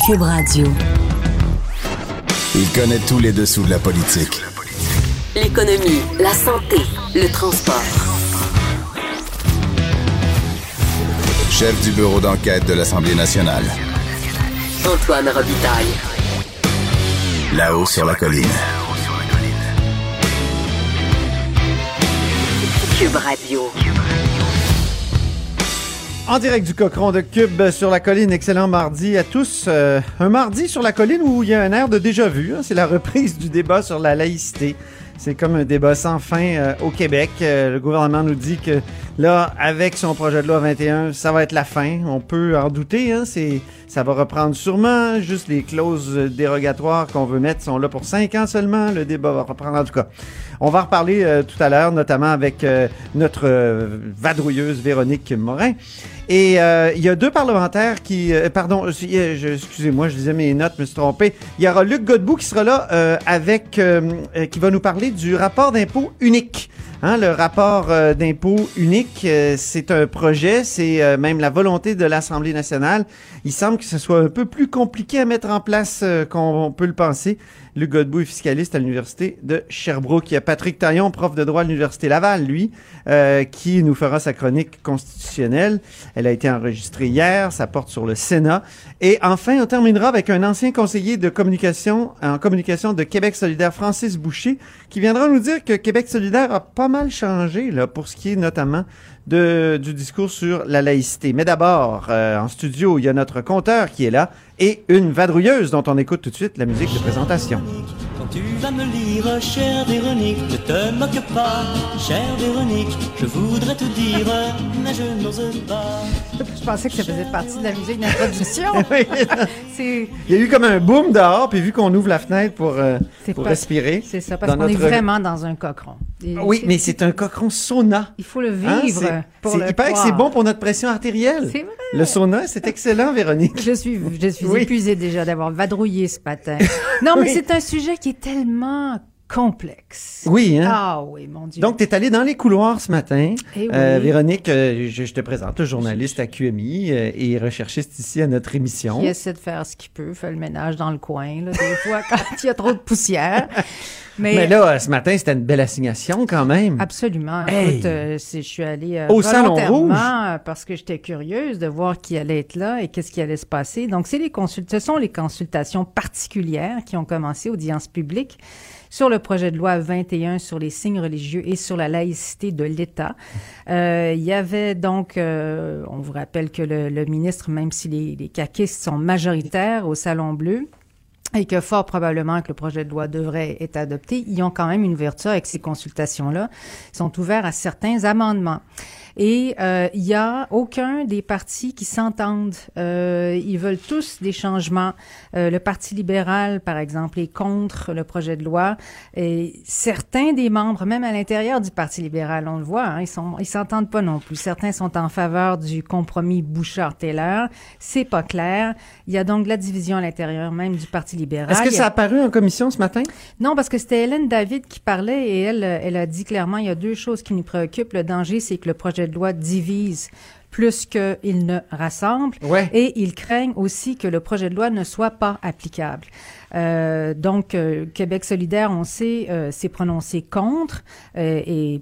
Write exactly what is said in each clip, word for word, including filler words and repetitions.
Cube Radio. Il connaît tous les dessous de la politique. L'économie, la santé, le transport. Chef du bureau d'enquête de l'Assemblée nationale. Antoine Robitaille. Là-haut sur la colline. Cube Radio. En direct du Cochon de Cube sur la colline, excellent mardi à tous. Euh, un mardi sur la colline où il y a un air de déjà-vu, hein, c'est la reprise du débat sur la laïcité. C'est comme un débat sans fin euh, au Québec. Euh, le gouvernement nous dit que là, avec son projet de loi vingt et un, ça va être la fin. On peut en douter, hein, c'est, ça va reprendre sûrement. Juste les clauses dérogatoires qu'on veut mettre sont là pour cinq ans seulement. Le débat va reprendre en tout cas. On va en reparler euh, tout à l'heure, notamment avec euh, notre euh, vadrouilleuse Véronique Morin. Et euh, il y a deux parlementaires qui... Euh, pardon, je, excusez-moi, je lisais mes notes, je me suis trompé. Il y aura Luc Godbout qui sera là euh, avec... Euh, euh, qui va nous parler du rapport d'impôt unique. Hein, le rapport euh, d'impôt unique, euh, c'est un projet, c'est euh, même la volonté de l'Assemblée nationale. Il semble que ce soit un peu plus compliqué à mettre en place euh, qu'on peut le penser. Luc Godbout est fiscaliste à l'Université de Sherbrooke. Il y a Patrick Taillon, prof de droit à l'Université Laval, lui, euh, qui nous fera sa chronique constitutionnelle. Elle a été enregistrée hier, ça porte sur le Sénat. Et enfin, on terminera avec un ancien conseiller de communication en communication de Québec solidaire, Francis Boucher, qui viendra nous dire que Québec solidaire a pas mal changé là, pour ce qui est notamment de, du discours sur la laïcité. Mais d'abord, euh, en studio, il y a notre compteur qui est là et une vadrouilleuse dont on écoute tout de suite la musique de présentation. Quand tu vas me lire, chère Véronique, ne te moque pas, chère Véronique, je voudrais te dire, mais je n'ose pas. Je pensais que ça faisait partie de la musique d'introduction. Oui. C'est... Il y a eu comme un boom dehors, puis vu qu'on ouvre la fenêtre pour, euh, pour pas... respirer. C'est ça, parce qu'on notre... est vraiment dans un cochon. Et oui, c'est... mais c'est un cochon sauna. Il faut le vivre. Hein, pour c'est, le il paraît que c'est bon pour notre pression artérielle. C'est vrai. Le sauna, c'est excellent, Véronique. Je suis, je suis oui. épuisée déjà d'avoir vadrouillé ce matin. Non, mais oui. C'est un sujet qui est tellement complexe. Oui, hein? Ah oui, mon Dieu. Donc, tu es allée dans les couloirs ce matin. Eh oui. euh, Véronique, euh, je, je te présente, journaliste à Q M I euh, et recherchiste ici à notre émission. Qui essaie de faire ce qu'il peut, fait le ménage dans le coin, là, des fois, quand il y a trop de poussière. Mais, Mais là, ce matin, c'était une belle assignation quand même. Absolument. Hey. Écoute, euh, c'est, je suis allée euh, au Salon Rouge parce que j'étais curieuse de voir qui allait être là et qu'est-ce qui allait se passer. Donc, c'est les consult- ce sont les consultations particulières qui ont commencé, audience publique, sur le projet de loi vingt et un sur les signes religieux et sur la laïcité de l'État. Euh, il y avait donc, euh, on vous rappelle que le, le ministre, même si les, les caquistes sont majoritaires au Salon Bleu, et que fort probablement que le projet de loi devrait être adopté, ils ont quand même une ouverture avec ces consultations-là. Ils sont ouverts à certains amendements. Et euh, il y a aucun des partis qui s'entendent. Euh, ils veulent tous des changements. Euh, le Parti libéral, par exemple, est contre le projet de loi. Et certains des membres, même à l'intérieur du Parti libéral, on le voit, hein, ils sont, ils s'entendent pas non plus. Certains sont en faveur du compromis Bouchard-Taylor. C'est pas clair. Il y a donc de la division à l'intérieur même du Parti libéral. Est-ce que ça a apparu en commission ce matin? Non, parce que c'était Hélène David qui parlait et elle, elle a dit clairement, il y a deux choses qui nous préoccupent. Le danger, c'est que le projet de loi divise plus qu'il ne rassemble. Ouais. Et ils craignent aussi que le projet de loi ne soit pas applicable. Euh, donc, euh, Québec solidaire, on sait, euh, s'est prononcé contre euh, et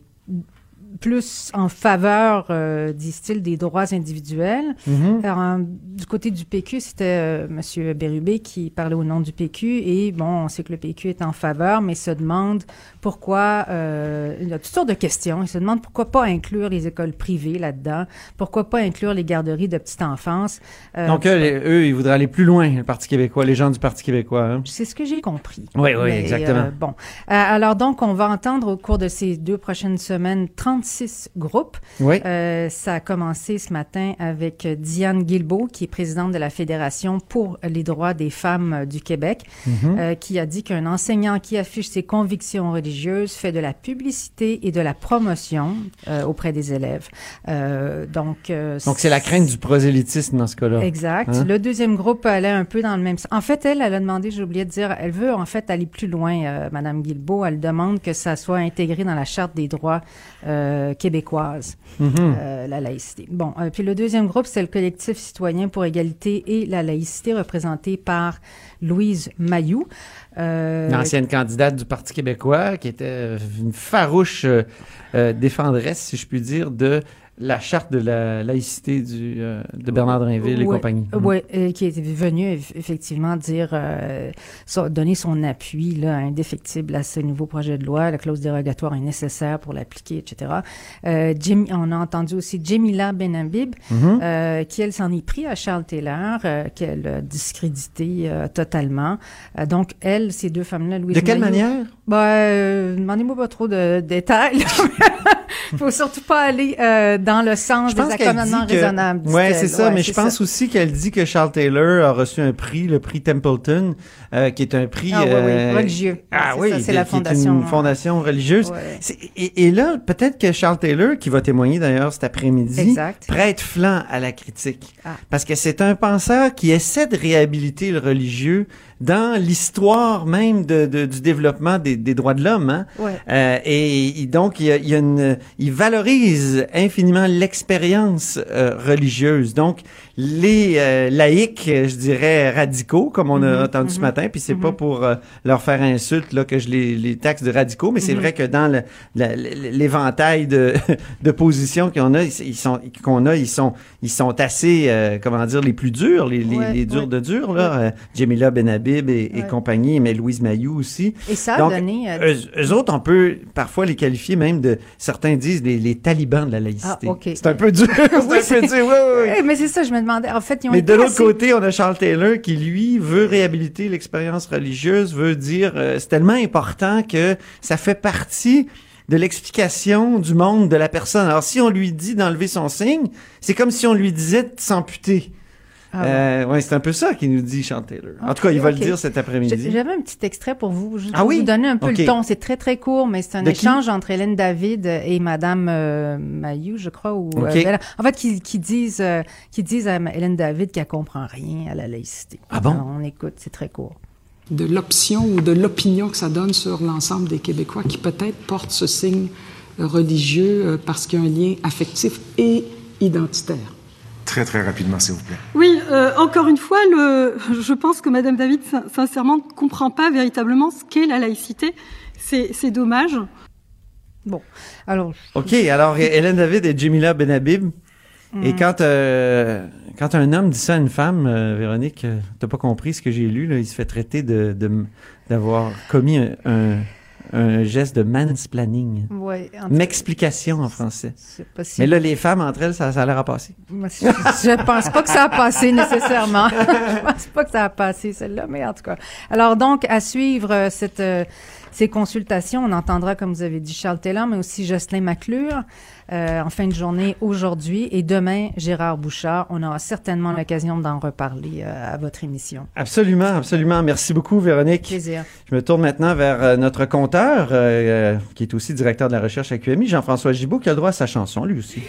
plus en faveur, euh, disent-ils, des droits individuels. Mm-hmm. Alors, du côté du P Q, c'était euh, M. Bérubé qui parlait au nom du P Q. Et bon, on sait que le P Q est en faveur, mais se demande pourquoi... Euh, il y a toutes sortes de questions. Il se demande pourquoi pas inclure les écoles privées là-dedans. Pourquoi pas inclure les garderies de petite enfance. Euh, Donc, eux, les, eux, ils voudraient aller plus loin, le Parti québécois, les gens du Parti québécois. Hein? C'est ce que j'ai compris. Oui, oui, mais, exactement. Euh, bon. Euh, alors donc, on va entendre au cours de ces deux prochaines semaines trente-six groupes. Oui. Euh, ça a commencé ce matin avec Diane Guilbeault, qui est présidente de la Fédération pour les droits des femmes du Québec, Mm-hmm. euh, qui a dit qu'un enseignant qui affiche ses convictions religieuses fait de la publicité et de la promotion euh, auprès des élèves. Euh, donc, euh, donc, c'est la crainte du prosélytisme dans ce cas-là. Exact. Hein? Le deuxième groupe allait un peu dans le même sens. En fait, elle, elle a demandé, j'ai oublié de dire, elle veut en fait aller plus loin, euh, Madame Guilbeault. Elle demande que ça soit intégré dans la Charte des droits euh, euh, québécoise, Mm-hmm. euh, la laïcité. Bon, euh, puis le deuxième groupe, c'est le collectif citoyen pour égalité et la laïcité, représenté par Louise Mailloux. Euh, L'ancienne candidate du Parti québécois, qui était une farouche euh, euh, défendresse, si je puis dire, de la charte de la laïcité du, euh, de Bernard Drinville ouais, et compagnie. Oui, euh, qui est venu eff- effectivement dire, euh, so, donner son appui là, indéfectible à ce nouveau projet de loi. La clause dérogatoire est nécessaire pour l'appliquer, et cetera. Euh, Jim, on a entendu aussi Jemila Benhabib, Mm-hmm. euh, qui, elle, s'en est pris à Charles Taylor, euh, qu'elle a discrédité euh, totalement. Euh, donc, elle, ces deux femmes-là, Louise De quelle Mailloux, manière? Ben, euh, demandez-moi pas trop de détails. Faut surtout pas aller euh, dans le sens Je des pense qu'elle accommodements dit que- raisonnables. Ouais, dit-elle. c'est ça, mais je c'est pense ça. aussi qu'elle dit que Charles Taylor a reçu un prix, le prix Templeton, euh, qui est un prix... Ah oui, euh, oui, religieux. Ah C'est oui, ça, c'est de- la qui est fondation. une fondation religieuse. Ouais. C'est- Et, et là, peut-être que Charles Taylor, qui va témoigner d'ailleurs cet après-midi, Exact. prête flanc à la critique. Ah. Parce que c'est un penseur qui essaie de réhabiliter le religieux dans l'histoire même de, de- du développement des, des droits de l'homme. Hein? Ouais. Euh, et, et donc, il, y a, il, y a une, il valorise infiniment l'expérience euh, religieuse. Donc, les euh, laïcs, je dirais radicaux, comme on a Mhm, entendu ce mhm, matin, puis c'est mhm. pas pour euh, leur faire insulte là que je les, les taxe de radicaux, mais c'est Mhm. vrai que dans le, la- l'éventail de, de positions qu'on a, ils sont qu'on a, ils sont ils sont assez euh, comment dire les plus durs, les, les, Ouais, les durs ouais. de durs là, euh, Jemila Benhabib et, et Ouais. compagnie, mais Louise Mailloux aussi. Et ça a Donc, donné... euh, Eux, eux autres, on peut parfois les qualifier même de, certains disent les, les talibans de la laïcité. Ah, ok. C'est un peu dur. c'est Oui, un peu dur, oui, oui, oui. Eh, mais c'est ça, je me demandais. En fait, ils ont Mais été de l'autre assez- côté, on a Charles Taylor qui, lui, veut réhabiliter l'expérience religieuse, veut dire, euh, c'est tellement important que ça fait partie de l'explication du monde de la personne. Alors, si on lui dit d'enlever son signe, c'est comme si on lui disait de s'amputer. Ah, euh, ouais, c'est un peu ça qu'il nous dit, Charles Taylor. En Ok, tout cas, il va ok. le dire cet J'ai- après-midi. J'avais un petit extrait pour vous, juste Ah pour oui? vous donner un peu Ok. le ton. C'est très, très court, mais c'est un De qui? échange entre Hélène David et Madame euh, Mailloux, je crois. Ou, Ok. euh, Bella. En fait, qui, qui disent euh, qui disent à Hélène David qu'elle comprend rien à la laïcité. Ah bon? Alors, on écoute, c'est très court. De l'option ou de l'opinion que ça donne sur l'ensemble des Québécois qui peut-être portent ce signe euh, religieux euh, parce qu'il y a un lien affectif et identitaire. Très, très rapidement, s'il vous plaît. Oui, euh, encore une fois, le, je pense que Madame David, sin- sincèrement, ne comprend pas véritablement ce qu'est la laïcité. C'est, c'est dommage. Bon, alors... OK, alors Hélène David et Jemila Benhabib. Et quand euh, quand un homme dit ça à une femme, euh, Véronique, euh, t'as pas compris ce que j'ai lu, là, il se fait traiter de, de d'avoir commis un, un, un geste de mansplaining. Ouais, en tout- M'explication en français. c'est possible. Mais là, les femmes, entre elles, ça, ça a l'air à passer. Moi, Je, je pense pas que ça a passé nécessairement. Je pense pas que ça a passé celle-là, mais en tout cas. Alors donc, à suivre euh, cette euh, ces consultations, on entendra, comme vous avez dit, Charles Taylor, mais aussi Jocelyn McClure euh, en fin de journée aujourd'hui et demain, Gérard Bouchard. On aura certainement l'occasion d'en reparler euh, à votre émission. Absolument, absolument. Merci beaucoup, Véronique. Plaisir. Je me tourne maintenant vers euh, notre compteur, euh, euh, qui est aussi directeur de la recherche à Q M I, Jean-François Gibault, qui a le droit à sa chanson, lui aussi.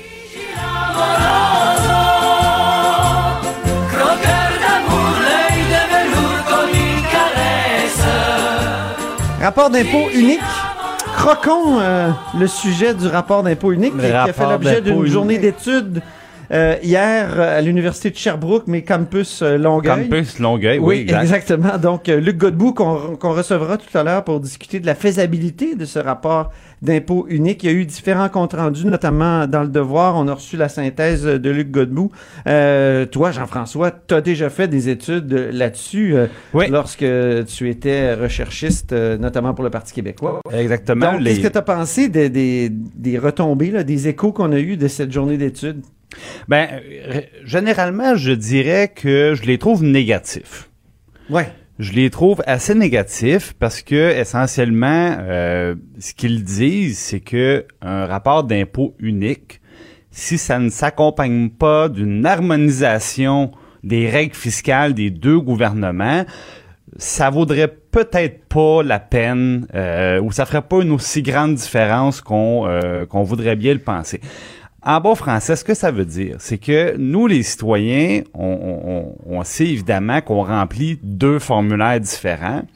Rapport d'impôt unique. Croquons euh, le sujet du rapport d'impôt unique Le qui, qui a fait rapport l'objet d'impôt d'une journée unique. d'études euh, hier euh, à l'Université de Sherbrooke, mais campus euh, Longueuil. Campus Longueuil, oui, Oui, exact. exactement. Donc, euh, Luc Godbout, qu'on qu'on recevra tout à l'heure pour discuter de la faisabilité de ce rapport d'impôt unique. Il y a eu différents comptes rendus, notamment dans Le Devoir. On a reçu la synthèse de Luc Godbout. Euh, toi, Jean-François, tu as déjà fait des études là-dessus euh, Oui. lorsque tu étais recherchiste, euh, notamment pour le Parti québécois. Exactement. Donc, les- qu'est-ce que tu as pensé des, des, des retombées, là, des échos qu'on a eus de cette journée d'études? Ben, euh, généralement, je dirais que je les trouve négatifs. Ouais. Je les trouve assez négatifs parce que essentiellement, euh, ce qu'ils disent, c'est que un rapport d'impôt unique, si ça ne s'accompagne pas d'une harmonisation des règles fiscales des deux gouvernements, ça vaudrait peut-être pas la peine euh, ou ça ferait pas une aussi grande différence qu'on euh, qu'on voudrait bien le penser. En bon français, ce que ça veut dire, c'est que nous, les citoyens, on, on, on sait évidemment qu'on remplit deux formulaires différents.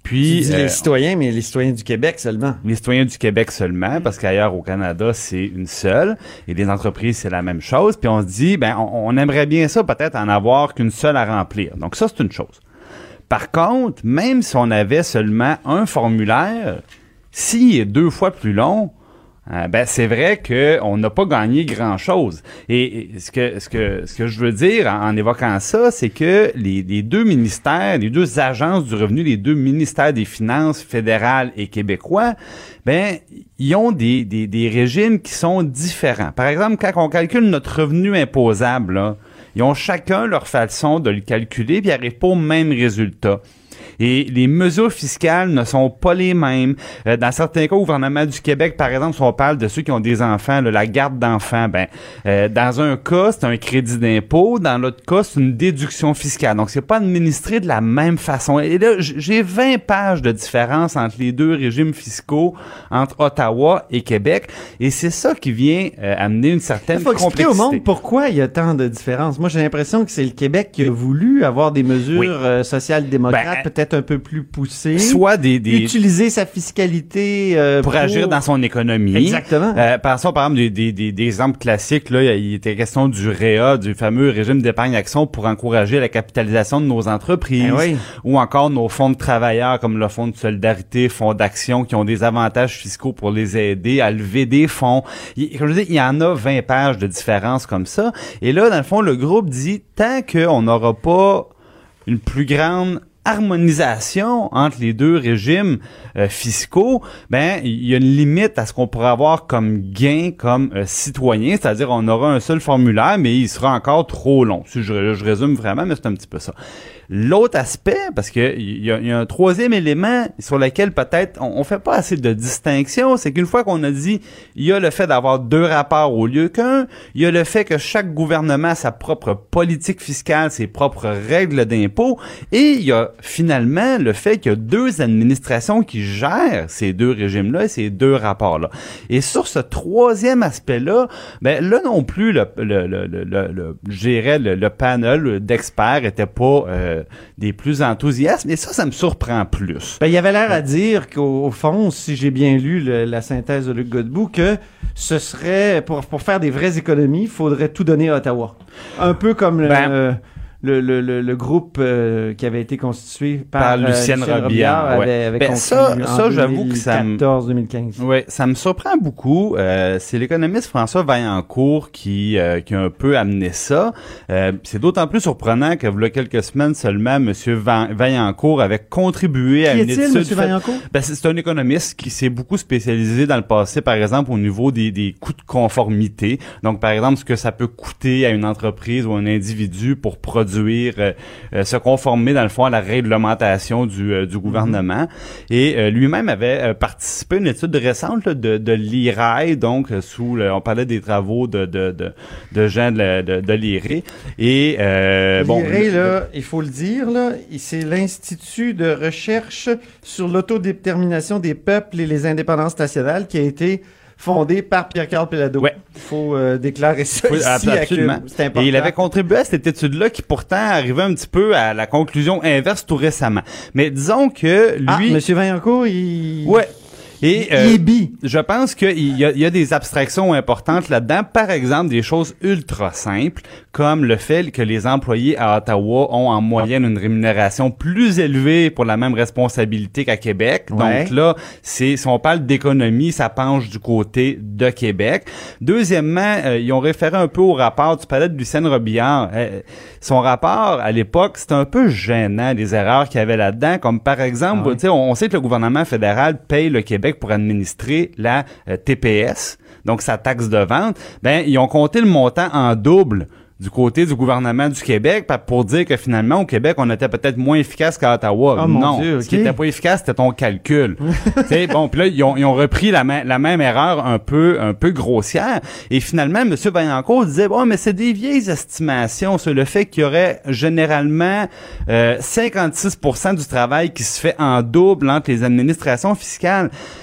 Puis, tu dis euh, les citoyens, mais les citoyens du Québec seulement. Les citoyens du Québec seulement, parce qu'ailleurs au Canada, c'est une seule. Et les entreprises, c'est la même chose. Puis on se dit, ben, on, on aimerait bien ça, peut-être en avoir qu'une seule à remplir. Donc ça, c'est une chose. Par contre, même si on avait seulement un formulaire, s'il est deux fois plus long, Euh, ben c'est vrai que on n'a pas gagné grand-chose. Et, et ce que ce que ce que je veux dire en, en évoquant ça, c'est que les, les deux ministères, les deux agences du revenu, les deux ministères des Finances fédérales et québécois, ben ils ont des des des régimes qui sont différents. Par exemple, quand on calcule notre revenu imposable, là, ils ont chacun leur façon de le calculer, puis ils n'arrivent pas au même résultat. Et les mesures fiscales ne sont pas les mêmes. Euh, dans certains cas, au gouvernement du Québec, par exemple, si on parle de ceux qui ont des enfants, là, la garde d'enfants, ben, euh, dans un cas, c'est un crédit d'impôt. Dans l'autre cas, c'est une déduction fiscale. Donc, c'est pas administré de la même façon. Et là, j'ai vingt pages de différence entre les deux régimes fiscaux, entre Ottawa et Québec. Et c'est ça qui vient euh, amener une certaine Il faut complexité. expliquer au monde pourquoi il y a tant de différences. Moi, j'ai l'impression que c'est le Québec qui a voulu avoir des mesures oui. euh, social-démocrates, ben, peut-être un peu plus poussées. Soit des... des... Utiliser sa fiscalité euh, pour, pour agir dans son économie. Exactement. Euh, passons par exemple des, des, des, des exemples classiques. Là, il était question du R E A, du fameux régime d'épargne-action pour encourager la capitalisation de nos entreprises. Ben oui. Ou encore nos fonds de travailleurs comme le fonds de solidarité, fonds d'action qui ont des avantages fiscaux pour les aider à lever des fonds. Il, comme je dis, il y en a vingt pages de différences comme ça. Et là, dans le fond, le groupe dit tant qu'on n'aura pas une plus grande harmonisation entre les deux régimes euh, fiscaux, ben il y a une limite à ce qu'on pourrait avoir comme gain comme euh, citoyen, c'est-à-dire on aura un seul formulaire, mais il sera encore trop long. Si je, je résume vraiment, mais c'est un petit peu ça. L'autre aspect, parce que il y a, y a un troisième élément sur lequel peut-être on, on fait pas assez de distinction, c'est qu'une fois qu'on a dit il y a le fait d'avoir deux rapports au lieu qu'un, il y a le fait que chaque gouvernement a sa propre politique fiscale, ses propres règles d'impôt, et il y a finalement le fait qu'il y a deux administrations qui gèrent ces deux régimes-là et ces deux rapports-là. Et sur ce troisième aspect-là, ben là non plus, le, le, le, le, le, je dirais, le, le panel d'experts était pas euh, des plus enthousiastes, mais ça, ça me surprend plus. Ben, il y avait l'air à dire qu'au au fond, si j'ai bien lu le, la synthèse de Luc Godbout, que ce serait, pour, pour faire des vraies économies, il faudrait tout donner à Ottawa. Un peu comme le... Ben, euh, Le, le, le, le groupe euh, qui avait été constitué par, par Lucienne euh, Robillard, avait, ouais. avait ben, ça, ça j'avoue que ça me deux mille quatorze deux mille quinze. Ouais, ça me surprend beaucoup. Euh, c'est l'économiste François Vaillancourt qui euh, qui a un peu amené ça. Euh, c'est d'autant plus surprenant que il y a quelques semaines seulement, Monsieur Vaillancourt avait contribué qui à une est-il, étude. Monsieur Vaillancourt? Ben, c'est, c'est un économiste qui s'est beaucoup spécialisé dans le passé, par exemple au niveau des des coûts de conformité. Donc, par exemple, ce que ça peut coûter à une entreprise ou un individu pour produire euh, Euh, se conformer dans le fond à la réglementation du, euh, du gouvernement. Mm-hmm. Et euh, lui-même avait euh, participé à une étude récente là, de, de l'I R A I, donc euh, sous le, on parlait des travaux de de de, de gens de, de, de l'I R A I. Et euh, bon, l'I R A I, là, il faut le dire, là, c'est l'Institut de recherche sur l'autodétermination des peuples et les indépendances nationales qui a été fondé par Pierre-Carl Péladeau. Ouais. Il faut euh, déclarer ça oui, ici. absolument. Avec, c'est important. Et il avait contribué à cette étude-là qui pourtant arrivait un petit peu à la conclusion inverse tout récemment. Mais disons que lui... Ah, Monsieur Vaillancourt, il... Ouais. Et, il euh, est bi. Je pense qu'il y a, il y a des abstractions importantes là-dedans. Par exemple, des choses ultra simples, comme le fait que les employés à Ottawa ont en moyenne une rémunération plus élevée pour la même responsabilité qu'à Québec. Ouais. Donc là, c'est si on parle d'économie, ça penche du côté de Québec. Deuxièmement, euh, ils ont référé un peu au rapport du palais de Lucienne Robillard. Euh, son rapport, à l'époque, c'était un peu gênant, les erreurs qu'il y avait là-dedans, comme par exemple, ah ouais. tu sais, on, on sait que le gouvernement fédéral paye le Québec pour administrer la euh, T P S, donc sa taxe de vente. Ben, ils ont compté le montant en double du côté du gouvernement du Québec pour dire que finalement, au Québec, on était peut-être moins efficace qu'à Ottawa. Oh, non, Dieu, okay. Ce qui était pas efficace, c'était ton calcul. T'sais, bon, puis là, ils ont, ils ont repris la, ma- la même erreur un peu un peu grossière. Et finalement, M. Vaillancourt disait, bon, mais c'est des vieilles estimations sur le fait qu'il y aurait généralement euh, cinquante-six pour cent du travail qui se fait en double entre les administrations fiscales.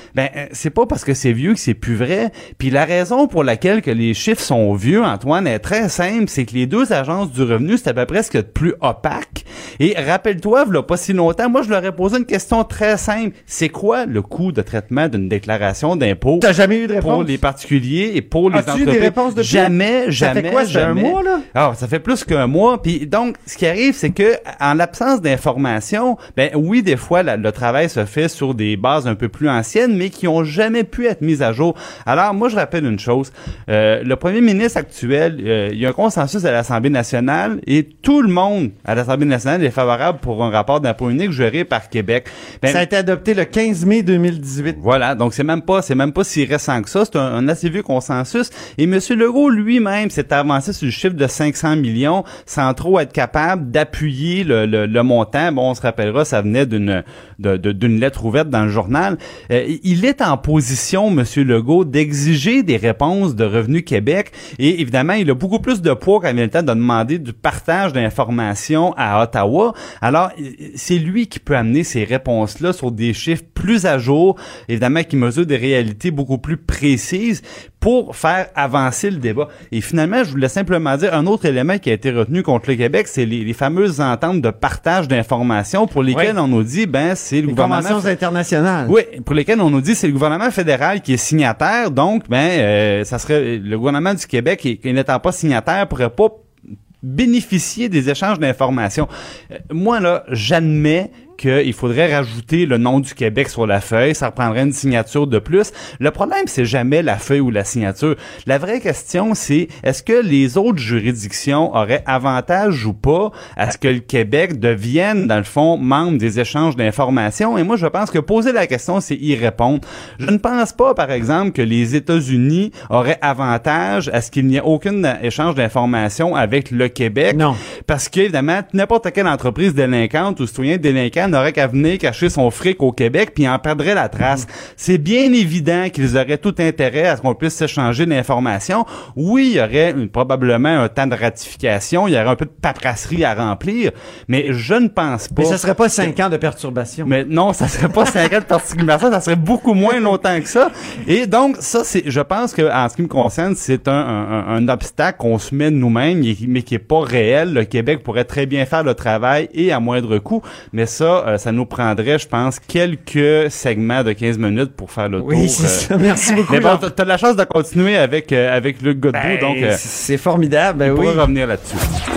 ben c'est pas parce que c'est vieux que c'est plus vrai. Puis la raison pour laquelle que les chiffres sont vieux, Antoine, est très simple, c'est que les deux agences du revenu, c'est à peu près ce qu'il y a de plus opaque. Et rappelle-toi, il y a pas si longtemps, moi je leur ai posé une question très simple. C'est quoi le coût de traitement d'une déclaration d'impôt? T'as jamais eu de réponse? Pour les particuliers et pour les As-tu entreprises. eu des réponses depuis? Jamais, jamais, Ça fait quoi, c'est un jamais. mois, là? Ah, ça fait plus qu'un mois. Puis donc, ce qui arrive, c'est que en l'absence d'informations, ben oui, des fois, la, le travail se fait sur des bases un peu plus anciennes, mais qui ont jamais pu être mises à jour. Alors, moi, je rappelle une chose. Euh, le premier ministre actuel, euh, il y a un consensus à l'Assemblée nationale et tout le monde à l'Assemblée nationale est favorable pour un rapport d'impôt unique géré par Québec. Ben, ça a été adopté le quinze mai deux mille dix-huit. Voilà, donc c'est même pas, c'est même pas si récent que ça. C'est un, un assez vieux consensus. Et M. Legault lui-même s'est avancé sur le chiffre de cinq cents millions sans trop être capable d'appuyer le, le, le montant. Bon, on se rappellera, ça venait d'une de, de, d'une lettre ouverte dans le journal. Euh, il est en position, M. Legault, d'exiger des réponses de Revenu Québec. Et évidemment, il a beaucoup plus de poids quand il vient le temps de demander du partage d'informations à Ottawa. Alors, c'est lui qui peut amener ces réponses-là sur des chiffres plus à jour, évidemment, qui mesurent des réalités beaucoup plus précises pour faire avancer le débat. Et finalement, je voulais simplement dire un autre élément qui a été retenu contre le Québec, c'est les, les fameuses ententes de partage d'informations pour lesquelles oui. on nous dit, ben, c'est le les gouvernement... conventions internationales. Oui, pour lesquelles on nous dit c'est le gouvernement fédéral qui est signataire, donc, ben, euh, ça serait le gouvernement du Québec qui, qui n'étant pas signataire pourrait pas bénéficier des échanges d'informations. Euh, moi, là, j'admets qu'il faudrait rajouter le nom du Québec sur la feuille, ça reprendrait une signature de plus. Le problème, c'est jamais la feuille ou la signature. La vraie question, c'est est-ce que les autres juridictions auraient avantage ou pas à ce que le Québec devienne, dans le fond, membre des échanges d'informations? Et moi, je pense que poser la question, c'est y répondre. Je ne pense pas, par exemple, que les États-Unis auraient avantage à ce qu'il n'y ait aucun échange d'informations avec le Québec. Non. Parce qu'évidemment, n'importe quelle entreprise délinquante ou citoyen délinquant n'aurait qu'à venir cacher son fric au Québec puis en perdrait la trace. Mmh. C'est bien évident qu'ils auraient tout intérêt à ce qu'on puisse s'échanger d'informations. Oui, il y aurait une, probablement un temps de ratification, il y aurait un peu de paperasserie à remplir, mais je ne pense pas... Mais ça serait pas cinq ans de perturbation. Mais non, ça serait pas cinq ans de perturbation, ça serait beaucoup moins longtemps que ça. Et donc, ça, c'est, je pense que en ce qui me concerne, c'est un, un, un obstacle qu'on se met nous-mêmes, mais qui est pas réel. Le Québec pourrait très bien faire le travail et à moindre coût, mais ça, Euh, ça nous prendrait, je pense, quelques segments de quinze minutes pour faire le oui, tour. Oui, c'est euh... ça. Merci beaucoup. Mais bon, t'as, t'as de la chance de continuer avec, euh, avec Luc Godbout, ben, donc... Euh, c'est formidable, ben on oui. pourra revenir là-dessus.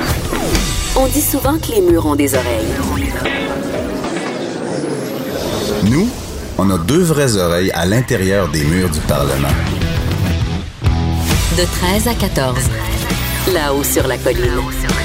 On dit souvent que les murs ont des oreilles. Nous, on a deux vraies oreilles à l'intérieur des murs du Parlement. De treize à quatorze, là-haut sur la colline.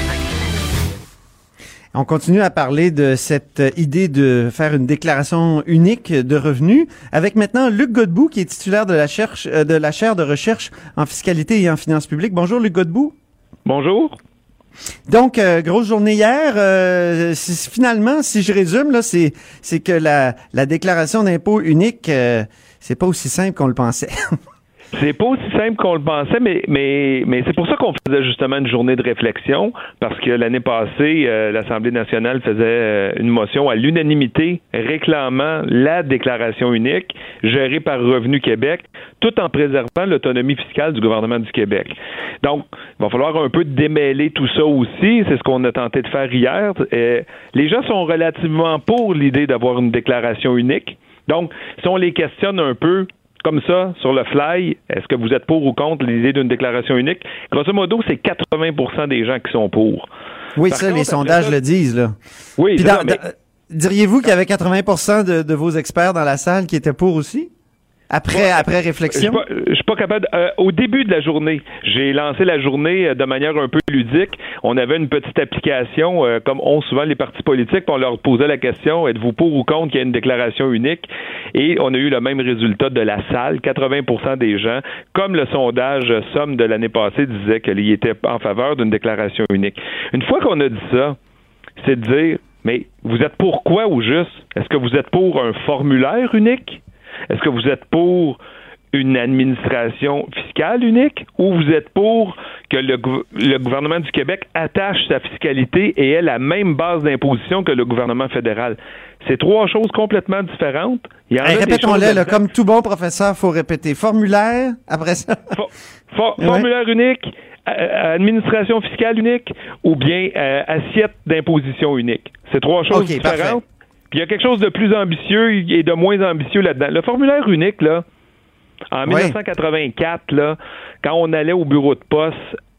On continue à parler de cette idée de faire une déclaration unique de revenus avec maintenant Luc Godbout, qui est titulaire de la, cherche, de la chaire de recherche en fiscalité et en finances publiques. Bonjour, Luc Godbout. Bonjour. Donc, euh, grosse journée hier. Euh, si, finalement, si je résume, là, c'est, c'est que la, la déclaration d'impôt unique, euh, c'est pas aussi simple qu'on le pensait. C'est pas aussi simple qu'on le pensait, mais mais mais c'est pour ça qu'on faisait justement une journée de réflexion, parce que l'année passée, euh, l'Assemblée nationale faisait euh, une motion à l'unanimité réclamant la déclaration unique gérée par Revenu Québec, tout en préservant l'autonomie fiscale du gouvernement du Québec. Donc, il va falloir un peu démêler tout ça aussi. C'est ce qu'on a tenté de faire hier. Euh, les gens sont relativement pour l'idée d'avoir une déclaration unique. Donc, si on les questionne un peu comme ça, sur le fly, est-ce que vous êtes pour ou contre l'idée d'une déclaration unique? Grosso modo, c'est quatre-vingts pour cent des gens qui sont pour. Oui, Par ça, contre, les sondages ça, le disent, là. Oui, Puis dans, dans, mais... dans, diriez-vous qu'il y avait quatre-vingts pour cent de, de vos experts dans la salle qui étaient pour aussi? Après, ouais, après réflexion? Je ne suis pas capable. De, euh, au début de la journée, j'ai lancé la journée de manière un peu ludique. On avait une petite application, euh, comme ont souvent les partis politiques, puis on leur posait la question, êtes-vous pour ou contre qu'il y ait une déclaration unique? Et on a eu le même résultat de la salle. quatre-vingts pour cent des gens, comme le sondage Somme de l'année passée disait qu'il était en faveur d'une déclaration unique. Une fois qu'on a dit ça, c'est de dire, mais vous êtes pour quoi au juste? Est-ce que vous êtes pour un formulaire unique? Est-ce que vous êtes pour une administration fiscale unique ou vous êtes pour que le, le gouvernement du Québec attache sa fiscalité et ait la même base d'imposition que le gouvernement fédéral? C'est trois choses complètement différentes. Il y en hey, a répétons-le, là, comme tout bon professeur, il faut répéter. Formulaire, après ça. For, for, ouais. Formulaire unique, euh, administration fiscale unique ou bien euh, assiette d'imposition unique. C'est trois choses okay, différentes. Parfait. Puis il y a quelque chose de plus ambitieux et de moins ambitieux là-dedans. Le formulaire unique, là, en oui. dix-neuf cent quatre-vingt-quatre, là, quand on allait au bureau de poste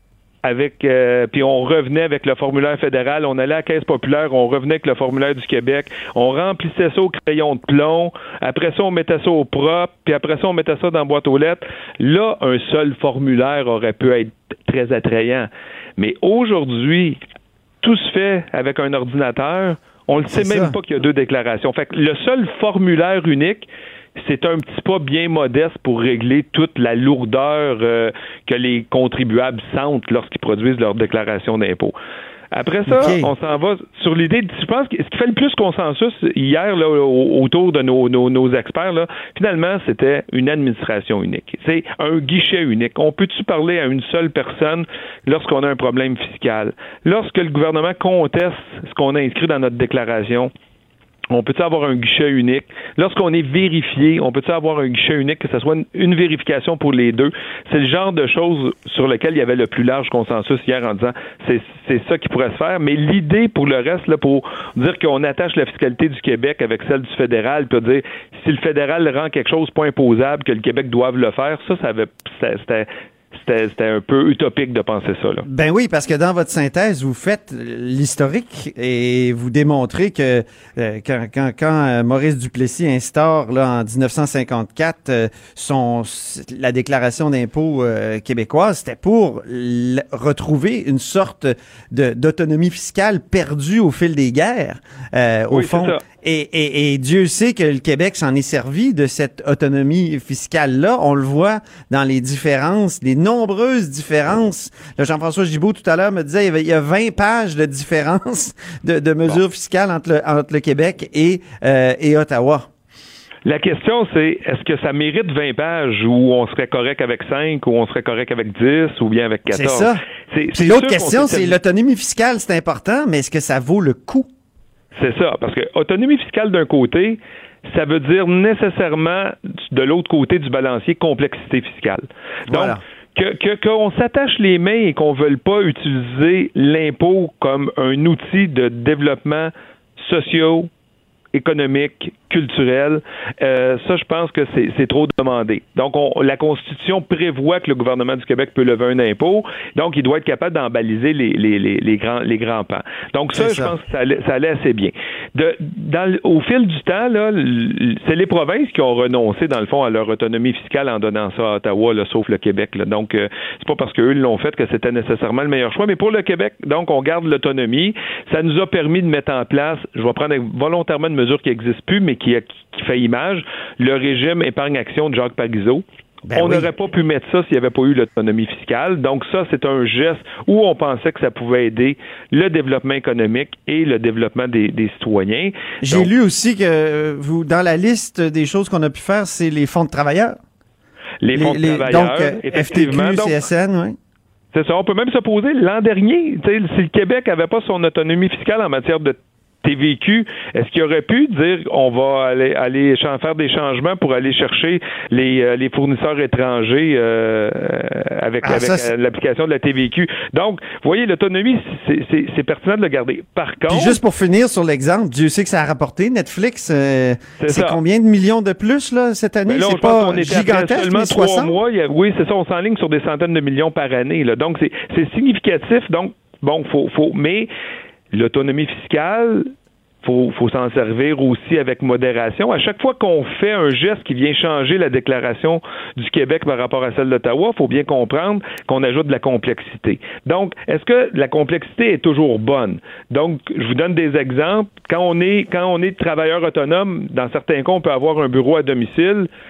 avec euh, puis on revenait avec le formulaire fédéral, on allait à la Caisse populaire, on revenait avec le formulaire du Québec, on remplissait ça au crayon de plomb, après ça on mettait ça au propre, puis après ça on mettait ça dans la boîte aux lettres. Là, un seul formulaire aurait pu être très attrayant. Mais aujourd'hui, tout se fait avec un ordinateur. On ne sait même ça. Pas qu'il y a deux déclarations. Fait que le seul formulaire unique, c'est un petit pas bien modeste pour régler toute la lourdeur euh, que les contribuables sentent lorsqu'ils produisent leur déclaration d'impôt. Après ça, okay. on s'en va sur l'idée, je pense que ce qui fait le plus consensus hier là, autour de nos, nos, nos experts, là, finalement, c'était une administration unique. C'est un guichet unique. On peut-tu parler à une seule personne lorsqu'on a un problème fiscal? Lorsque le gouvernement conteste ce qu'on a inscrit dans notre déclaration, on peut-tu avoir un guichet unique? Lorsqu'on est vérifié, on peut-tu avoir un guichet unique, que ce soit une, une vérification pour les deux? C'est le genre de choses sur lesquelles il y avait le plus large consensus hier en disant c'est, c'est ça qui pourrait se faire. Mais l'idée pour le reste, là, pour dire qu'on attache la fiscalité du Québec avec celle du fédéral, puis dire si le fédéral rend quelque chose pas imposable, que le Québec doive le faire, ça, ça avait, c'était... C'était, c'était un peu utopique de penser ça, là. Ben oui, parce que dans votre synthèse, vous faites l'historique et vous démontrez que euh, quand, quand, quand Maurice Duplessis instaure là, en dix-neuf cent cinquante-quatre euh, son, la déclaration d'impôt euh, québécoise, c'était pour l- retrouver une sorte de, d'autonomie fiscale perdue au fil des guerres, euh, au oui, fond. C'est ça. Et, et, et Dieu sait que le Québec s'en est servi de cette autonomie fiscale-là. On le voit dans les différences, les nombreuses différences. Là, Jean-François Gibault, tout à l'heure, me disait il y a vingt pages de différence de, de mesures bon. fiscales entre le, entre le Québec et, euh, et Ottawa. La question, c'est est-ce que ça mérite vingt pages où on serait correct avec cinq, ou on serait correct avec dix, ou bien avec quatorze? C'est ça. C'est, c'est l'autre question, c'est l'autonomie fiscale, c'est important, mais est-ce que ça vaut le coup? C'est ça, parce que autonomie fiscale d'un côté, ça veut dire nécessairement de l'autre côté du balancier complexité fiscale. Donc, voilà. que, que, qu'on s'attache les mains et qu'on ne veuille pas utiliser l'impôt comme un outil de développement socio économique, culturel, euh, ça, je pense que c'est, c'est trop demandé. Donc, on, la Constitution prévoit que le gouvernement du Québec peut lever un impôt, donc il doit être capable d'en baliser les, les, les, les, grands, les grands pans. Donc, ça, c'est je ça. pense que ça allait, ça allait assez bien. De, dans, au fil du temps, là, c'est les provinces qui ont renoncé, dans le fond, à leur autonomie fiscale en donnant ça à Ottawa, là, sauf le Québec. Là. Donc, euh, c'est pas parce qu'eux l'ont fait que c'était nécessairement le meilleur choix, mais pour le Québec, donc, on garde l'autonomie. Ça nous a permis de mettre en place, je vais prendre volontairement une mesure qui n'existe plus, mais qui, qui fait image, le régime épargne-action de Jacques Parizeau. Ben on n'aurait oui. pas pu mettre ça s'il n'y avait pas eu l'autonomie fiscale. Donc ça, c'est un geste où on pensait que ça pouvait aider le développement économique et le développement des, des citoyens. J'ai Donc, lu aussi que vous, dans la liste des choses qu'on a pu faire, c'est les fonds de travailleurs. Les fonds les, de travailleurs, donc, effectivement. F T Q, C S N, oui. C'est ça. On peut même se poser, l'an dernier, si le Québec n'avait pas son autonomie fiscale en matière de T V Q, est-ce qu'il aurait pu dire on va aller aller faire des changements pour aller chercher les, euh, les fournisseurs étrangers euh, avec, ah, avec ça, l'application de la T V Q? Donc, vous voyez, l'autonomie, c'est, c'est, c'est pertinent de le garder. Par contre... Puis juste pour finir sur l'exemple, Dieu sait que ça a rapporté. Netflix, euh, c'est, c'est combien de millions de plus là, cette année? Là, c'est pas gigantesque, seulement mais soixante? trois mois. Il y a, oui, c'est ça, on s'enligne sur des centaines de millions par année. Là. Donc, c'est, c'est significatif. Donc, bon, faut, faut, mais... L'autonomie fiscale, faut, faut s'en servir aussi avec modération. À chaque fois qu'on fait un geste qui vient changer la déclaration du Québec par rapport à celle d'Ottawa, il faut bien comprendre qu'on ajoute de la complexité. Donc, est-ce que la complexité est toujours bonne? Donc, je vous donne des exemples. Quand on est, quand on est travailleur autonome, dans certains cas, on peut avoir un bureau à domicile.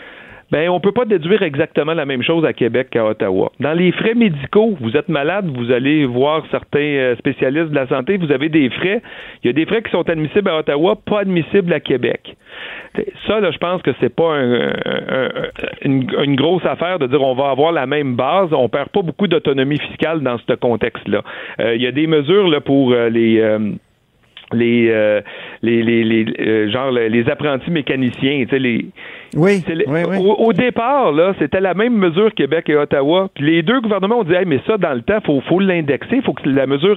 Ben, on peut pas déduire exactement la même chose à Québec qu'à Ottawa. Dans les frais médicaux, vous êtes malade, vous allez voir certains spécialistes de la santé, vous avez des frais. Il y a des frais qui sont admissibles à Ottawa, pas admissibles à Québec. Ça, là, je pense que c'est pas un, un, une, une grosse affaire de dire on va avoir la même base. On perd pas beaucoup d'autonomie fiscale dans ce contexte-là. Euh, il y a des mesures là pour euh, les euh, les, euh, les les les euh, genre les apprentis mécaniciens, tu sais les Oui, les, oui, oui. Au, au départ, là, c'était la même mesure Québec et Ottawa. Puis les deux gouvernements ont dit hey, mais ça, dans le temps, faut, faut l'indexer, il faut que la mesure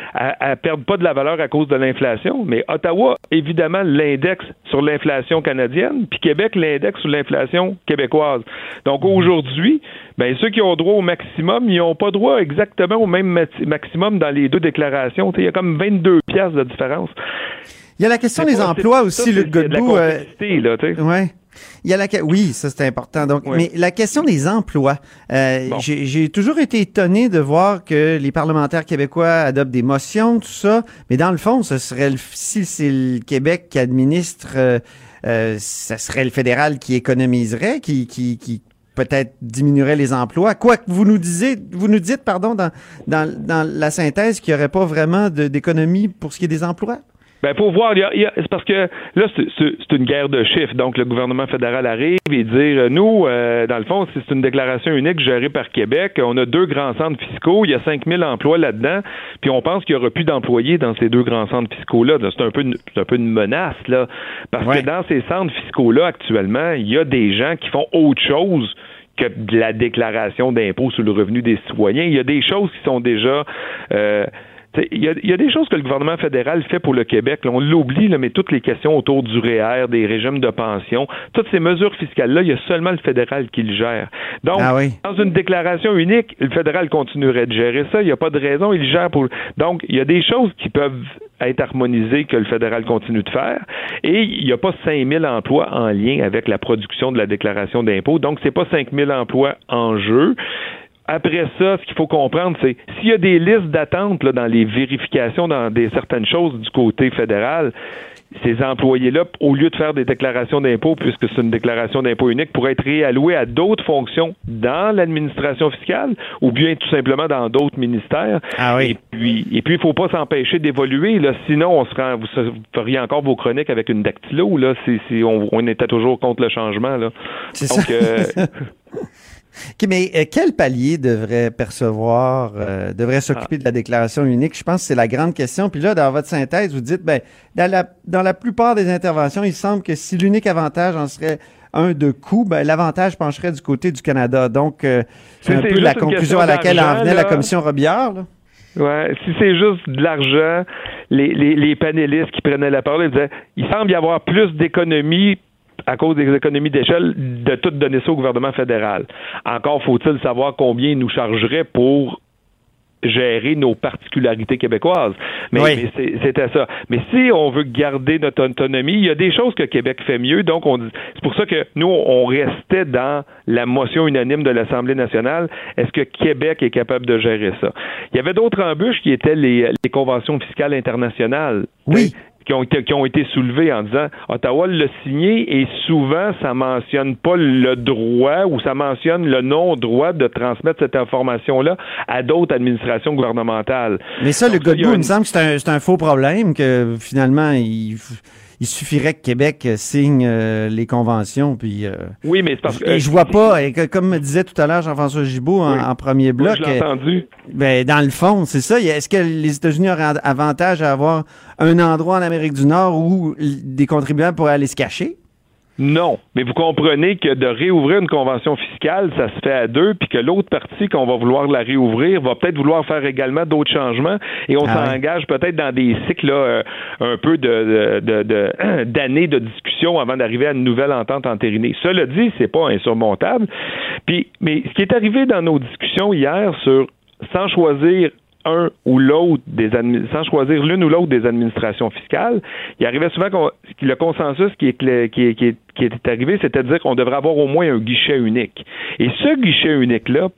ne perde pas de la valeur à cause de l'inflation. Mais Ottawa, évidemment, l'indexe sur l'inflation canadienne, puis Québec l'indexe sur l'inflation québécoise. Donc aujourd'hui, ben ceux qui ont droit au maximum, ils n'ont pas droit exactement au même maximum dans les deux déclarations. Il y a comme vingt-deux piastres de différence. Il y a la question c'est des pas, emplois c'est, aussi, ça, Luc Godbout. Euh, là, ouais. Il y a la oui, ça c'est important. Donc, oui. Mais la question des emplois, euh, bon. j'ai, j'ai toujours été étonné de voir que les parlementaires québécois adoptent des motions, tout ça. Mais dans le fond, ce serait le, si c'est le Québec qui administre, euh, euh, ça serait le fédéral qui économiserait, qui, qui, qui peut-être diminuerait les emplois. Quoi que vous nous disiez, vous nous dites, pardon, dans dans, dans la synthèse, qu'il n'y aurait pas vraiment de, d'économie pour ce qui est des emplois. Ben, pour voir, il y a, il y a, c'est parce que là, c'est, c'est, c'est une guerre de chiffres. Donc, le gouvernement fédéral arrive et dire, nous, euh, dans le fond, c'est une déclaration unique gérée par Québec. On a deux grands centres fiscaux. Il y a cinq mille emplois là-dedans. Puis, on pense qu'il n'y aura plus d'employés dans ces deux grands centres fiscaux-là. C'est un peu une, c'est un peu une menace, là. Parce ouais. que dans ces centres fiscaux-là, actuellement, il y a des gens qui font autre chose que de la déclaration d'impôt sur le revenu des citoyens. Il y a des choses qui sont déjà... Euh, Il y, a, il y a des choses que le gouvernement fédéral fait pour le Québec. Là, on l'oublie, là, mais toutes les questions autour du R E E R, des régimes de pension, toutes ces mesures fiscales-là, il y a seulement le fédéral qui le gère. Donc, ah oui. dans une déclaration unique, le fédéral continuerait de gérer ça. Il n'y a pas de raison, il le gère pour... Donc, il y a des choses qui peuvent être harmonisées que le fédéral continue de faire. Et il n'y a pas cinq mille emplois en lien avec la production de la déclaration d'impôt. Donc, c'est pas cinq mille emplois en jeu. Après ça, ce qu'il faut comprendre, c'est s'il y a des listes d'attente là, dans les vérifications dans des certaines choses du côté fédéral, ces employés-là, au lieu de faire des déclarations d'impôt, puisque c'est une déclaration d'impôt unique, pourraient être réalloués à d'autres fonctions dans l'administration fiscale ou bien tout simplement dans d'autres ministères. Ah oui. Et puis, et puis, il ne faut pas s'empêcher d'évoluer. Là, sinon, on se rend, vous, vous feriez encore vos chroniques avec une dactylo. Là, si, si on, on était toujours contre le changement. Là. C'est Donc, ça. Euh, Okay, mais euh, quel palier devrait percevoir, euh, devrait s'occuper ah. de la déclaration unique? Je pense que c'est la grande question. Puis là, dans votre synthèse, vous dites, ben, dans la, dans la plupart des interventions, il semble que si l'unique avantage en serait un de coût, ben, l'avantage pencherait du côté du Canada. Donc, euh, c'est, c'est un peu la conclusion à laquelle en venait là. la commission Robillard, là. Ouais, si c'est juste de l'argent, les, les, les panélistes qui prenaient la parole, ils disaient, il semble y avoir plus d'économies à cause des économies d'échelle, de tout donner ça au gouvernement fédéral. Encore faut-il savoir combien il nous chargerait pour gérer nos particularités québécoises. Mais, oui. mais c'est, c'était ça. Mais si on veut garder notre autonomie, il y a des choses que Québec fait mieux. Donc, on dit, c'est pour ça que nous, on restait dans la motion unanime de l'Assemblée nationale. Est-ce que Québec est capable de gérer ça? Il y avait d'autres embûches qui étaient les, les conventions fiscales internationales. Oui. Qui ont, été, qui ont été soulevés en disant Ottawa l'a signé et souvent ça mentionne pas le droit ou ça mentionne le non-droit de transmettre cette information-là à d'autres administrations gouvernementales. Mais ça, Donc, le Godbout, il me semble que c'est un, c'est un faux problème, que finalement, il, il suffirait que Québec signe euh, les conventions. Puis, euh, oui, mais c'est parce que... Et je vois pas, et que, comme me disait tout à l'heure Jean-François Gibault en, oui. en premier bloc... Oui, je l'ai entendu. Ben, dans le fond, c'est ça. Est-ce que les États-Unis auraient avantage à avoir un endroit en Amérique du Nord où des contribuables pourraient aller se cacher? Non, mais vous comprenez que de réouvrir une convention fiscale, ça se fait à deux, puis que l'autre partie, qu'on va vouloir la réouvrir, va peut-être vouloir faire également d'autres changements, et on ah s'engage oui. peut-être dans des cycles là, euh, un peu de, de, de, de d'années de discussion avant d'arriver à une nouvelle entente entérinée. Cela dit, c'est pas insurmontable. Puis, mais ce qui est arrivé dans nos discussions hier sur sans choisir un ou l'autre des admi- sans choisir l'une ou l'autre des administrations fiscales, il arrivait souvent qu'on, le consensus qui est, qui est, qui est, qui est arrivé, c'était de dire qu'on devrait avoir au moins un guichet unique. Et ce guichet unique-là,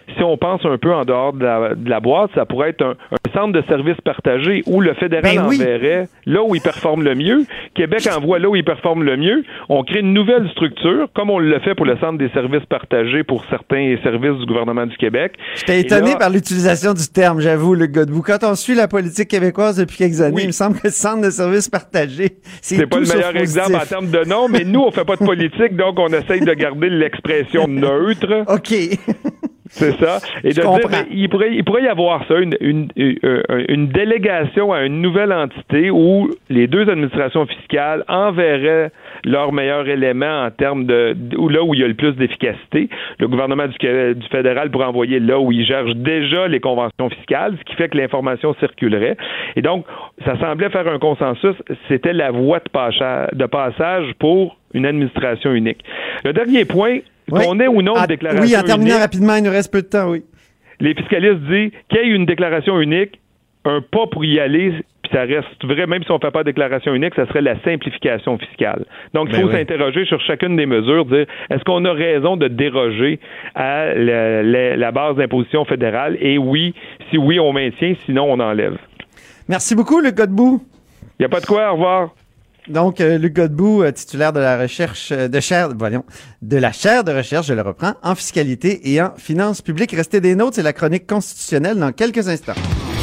si on pense un peu en dehors de la, de la boîte, ça pourrait être un, un centre de services partagés où le fédéral ben oui. enverrait là où il performe le mieux, Québec envoie là où il performe le mieux, on crée une nouvelle structure, comme on le fait pour le centre des services partagés pour certains services du gouvernement du Québec. J'étais étonné là, par l'utilisation du terme, j'avoue, Luc Godbout. Quand on suit la politique québécoise depuis quelques années, oui. il me semble que le centre de services partagés, c'est, c'est pas le meilleur exemple en termes de nom, mais nous, on fait pas de politique, donc on essaye de garder l'expression neutre. OK. C'est ça. Et Je de comprends. dire, ben, il pourrait, il pourrait y avoir ça, une, une, une, une délégation à une nouvelle entité où les deux administrations fiscales enverraient leurs meilleurs éléments en termes de, où là où il y a le plus d'efficacité. Le gouvernement du, du fédéral pourrait envoyer là où il gère déjà les conventions fiscales, ce qui fait que l'information circulerait. Et donc, ça semblait faire un consensus. C'était la voie de passage, de passage pour une administration unique. Le dernier point, oui. qu'on ait ou non ah, une déclaration unique. Oui, en terminant unique, rapidement, il nous reste peu de temps, oui. Les fiscalistes disent qu'il y ait une déclaration unique, un pas pour y aller, puis ça reste vrai, même si on ne fait pas de déclaration unique, ça serait la simplification fiscale. Donc, il faut ben oui. s'interroger sur chacune des mesures, dire est-ce qu'on a raison de déroger à la, la, la base d'imposition fédérale? Et oui, si oui, on maintient, sinon on enlève. Merci beaucoup, Luc Godbout. Il n'y a pas de quoi, au revoir. Donc, euh, Luc Godbout, euh, titulaire de la recherche euh, de chaire, voyons, de la chaire de recherche, je le reprends, en fiscalité et en finances publiques. Restez des nôtres, c'est la chronique constitutionnelle dans quelques instants.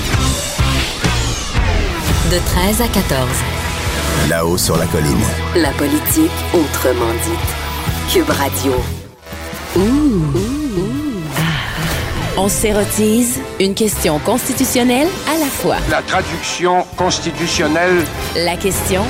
De treize à quatorze. Là-haut sur la colline. La politique autrement dite. Cube Radio. Ouh. Ouh. Ah. On s'érotise une question constitutionnelle à la fois. La traduction constitutionnelle. La question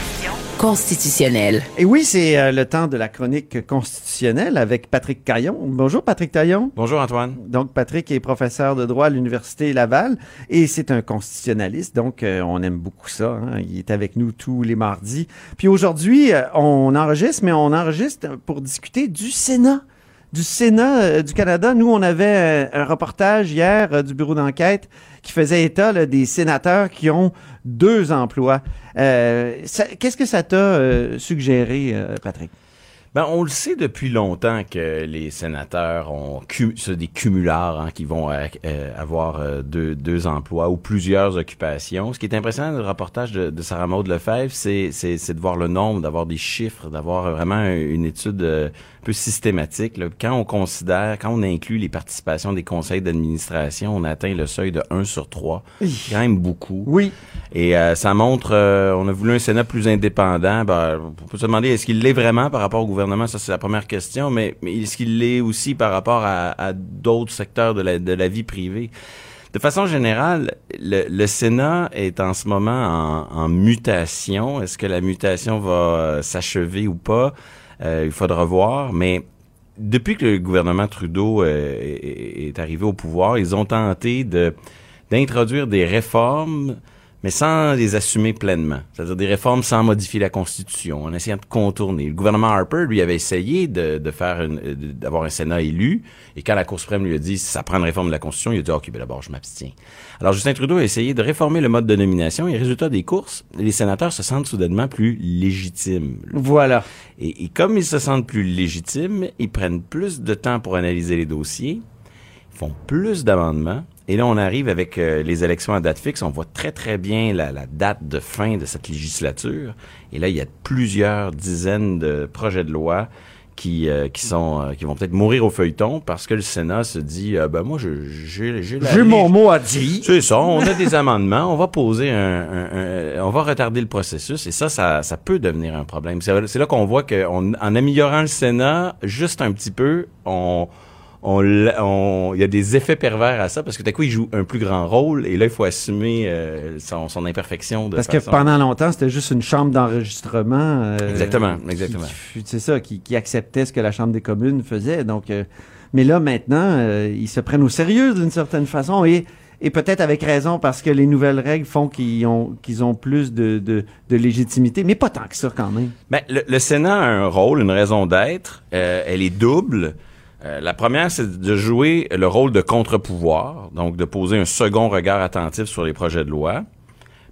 constitutionnelle. Et oui, c'est euh, le temps de la chronique constitutionnelle avec Patrick Taillon. Bonjour Patrick Taillon. Bonjour Antoine. Donc Patrick est professeur de droit à l'Université Laval et c'est un constitutionnaliste, donc euh, on aime beaucoup ça. Hein? Il est avec nous tous les mardis. Puis aujourd'hui, euh, on enregistre, mais on enregistre pour discuter du Sénat. Du Sénat euh, du Canada. Nous, on avait euh, un reportage hier euh, du bureau d'enquête qui faisait état là, des sénateurs qui ont deux emplois. Euh, ça, qu'est-ce que ça t'a euh, suggéré, euh, Patrick? Ben, on le sait depuis longtemps que les sénateurs ont cum- c'est des cumulards hein, qui vont euh, avoir euh, deux, deux emplois ou plusieurs occupations. Ce qui est impressionnant dans le reportage de, de Sarah Maud Lefebvre, c'est, c'est, c'est de voir le nombre, d'avoir des chiffres, d'avoir vraiment une étude euh, un peu systématique. Là. Quand on considère, quand on inclut les participations des conseils d'administration, on atteint le seuil de un sur trois. C'est quand même beaucoup. Oui. Et euh, ça montre, euh, on a voulu un Sénat plus indépendant. Ben, on peut se demander, est-ce qu'il l'est vraiment par rapport au gouvernement? Ça, c'est la première question. Mais, mais est-ce qu'il l'est aussi par rapport à, à d'autres secteurs de la, de la vie privée? De façon générale, le, le Sénat est en ce moment en, en mutation. Est-ce que la mutation va euh, s'achever ou pas? Euh, il faudra voir. Mais depuis que le gouvernement Trudeau euh, est, est arrivé au pouvoir, ils ont tenté de d'introduire des réformes, mais sans les assumer pleinement. C'est-à-dire des réformes sans modifier la Constitution, en essayant de contourner. Le gouvernement Harper, lui, avait essayé de, de faire une, d'avoir un Sénat élu, et quand la Cour suprême lui a dit « ça prend une réforme de la Constitution », il a dit « OK, ben d'abord, je m'abstiens ». Alors, Justin Trudeau a essayé de réformer le mode de nomination, et résultat des courses, les sénateurs se sentent soudainement plus légitimes. Voilà. Et, et comme ils se sentent plus légitimes, ils prennent plus de temps pour analyser les dossiers, font plus d'amendements. Et là, on arrive avec euh, les élections à date fixe. On voit très, très bien la, la date de fin de cette législature. Et là, il y a plusieurs dizaines de projets de loi qui euh, qui sont euh, qui vont peut-être mourir au feuilleton parce que le Sénat se dit euh, ben moi, je, j'ai, j'ai la J'ai mon mot à dire. C'est ça. On a des amendements. On va poser un, un, un... On va retarder le processus. Et ça, ça, ça peut devenir un problème. C'est, c'est là qu'on voit qu'en en améliorant le Sénat juste un petit peu, on... On, on, il y a des effets pervers à ça parce que d'un coup, il joue un plus grand rôle et là, il faut assumer euh, son, son imperfection. De parce façon... que pendant longtemps, c'était juste une chambre d'enregistrement. Euh, exactement, exactement. Qui, c'est ça, qui, qui acceptait ce que la Chambre des communes faisait. Donc, euh, mais là, maintenant, euh, ils se prennent au sérieux d'une certaine façon et et peut-être avec raison parce que les nouvelles règles font qu'ils ont qu'ils ont plus de, de, de légitimité, mais pas tant que ça quand même. Ben, le, le Sénat a un rôle, une raison d'être. Euh, elle est double. Euh, la première, c'est de jouer le rôle de contre-pouvoir, donc de poser un second regard attentif sur les projets de loi. Puis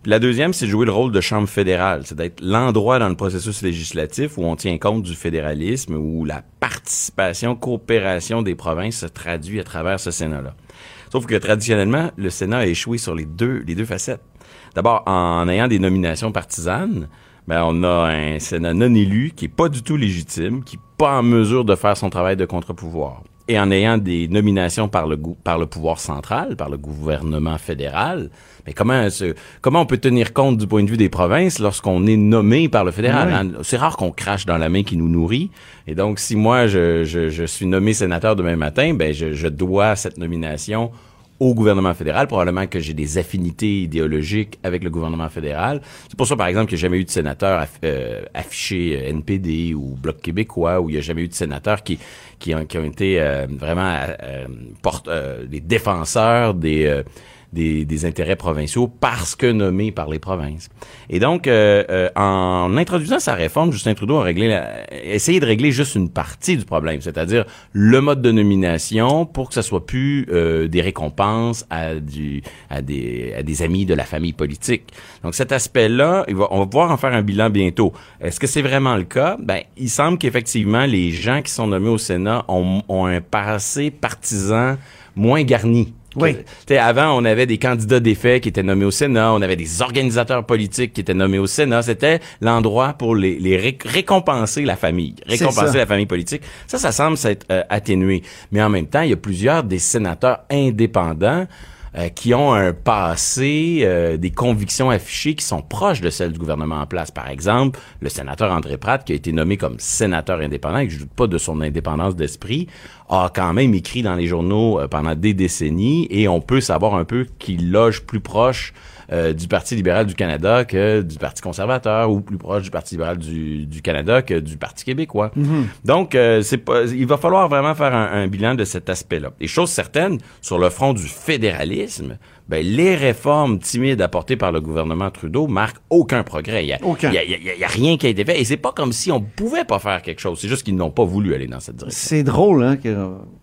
Puis la deuxième, c'est de jouer le rôle de chambre fédérale, c'est d'être l'endroit dans le processus législatif où on tient compte du fédéralisme, où la participation, coopération des provinces se traduit à travers ce Sénat-là. Sauf que traditionnellement, le Sénat a échoué sur les deux, les deux facettes. D'abord, en ayant des nominations partisanes, ben on a un Sénat non élu qui est pas du tout légitime, qui est pas en mesure de faire son travail de contre-pouvoir. Et en ayant des nominations par le gou- par le pouvoir central, par le gouvernement fédéral, mais comment se, comment on peut tenir compte du point de vue des provinces lorsqu'on est nommé par le fédéral? Oui. Hein? C'est rare qu'on crache dans la main qui nous nourrit. Et donc, si moi, je, je, je suis nommé sénateur demain matin, ben je, je dois cette nomination au gouvernement fédéral, probablement que j'ai des affinités idéologiques avec le gouvernement fédéral. C'est pour ça, par exemple, qu'il n'y a jamais eu de sénateur aff- euh, affiché N P D ou Bloc québécois, où il n'y a jamais eu de sénateurs qui qui ont, qui ont été euh, vraiment euh, porte, euh, des défenseurs des euh, Des, des intérêts provinciaux parce que nommés par les provinces. Et donc, euh, euh, en introduisant sa réforme, Justin Trudeau a réglé la, essayé de régler juste une partie du problème, c'est-à-dire le mode de nomination pour que ça soit plus euh, des récompenses à du à des à des amis de la famille politique. Donc cet aspect-là, il va, on va pouvoir en faire un bilan bientôt. Est-ce que c'est vraiment le cas? Ben, il semble qu'effectivement les gens qui sont nommés au Sénat ont, ont un passé partisan moins garni. Oui. T'sais, avant, on avait des candidats défaits qui étaient nommés au Sénat, on avait des organisateurs politiques qui étaient nommés au Sénat. C'était l'endroit pour les, les ré- récompenser la famille, récompenser la famille politique. Ça, ça semble s'être euh, atténué. Mais en même temps, il y a plusieurs des sénateurs indépendants euh, qui ont un passé, euh, des convictions affichées qui sont proches de celles du gouvernement en place. Par exemple, le sénateur André Pratt, qui a été nommé comme sénateur indépendant, et que je doute pas de son indépendance d'esprit, a quand même écrit dans les journaux euh, pendant des décennies, et on peut savoir un peu qu'il loge plus proche euh, du Parti libéral du Canada que du Parti conservateur, ou plus proche du Parti libéral du, du Canada que du Parti québécois. Mm-hmm. Donc, euh, c'est pas, il va falloir vraiment faire un, un bilan de cet aspect-là. Et chose certaine, sur le front du fédéralisme, ben, les réformes timides apportées par le gouvernement Trudeau marquent aucun progrès. Il y a, aucun. Il y a, il y a, il y a rien qui a été fait. Et c'est pas comme si on pouvait pas faire quelque chose. C'est juste qu'ils n'ont pas voulu aller dans cette direction. C'est drôle, hein, que,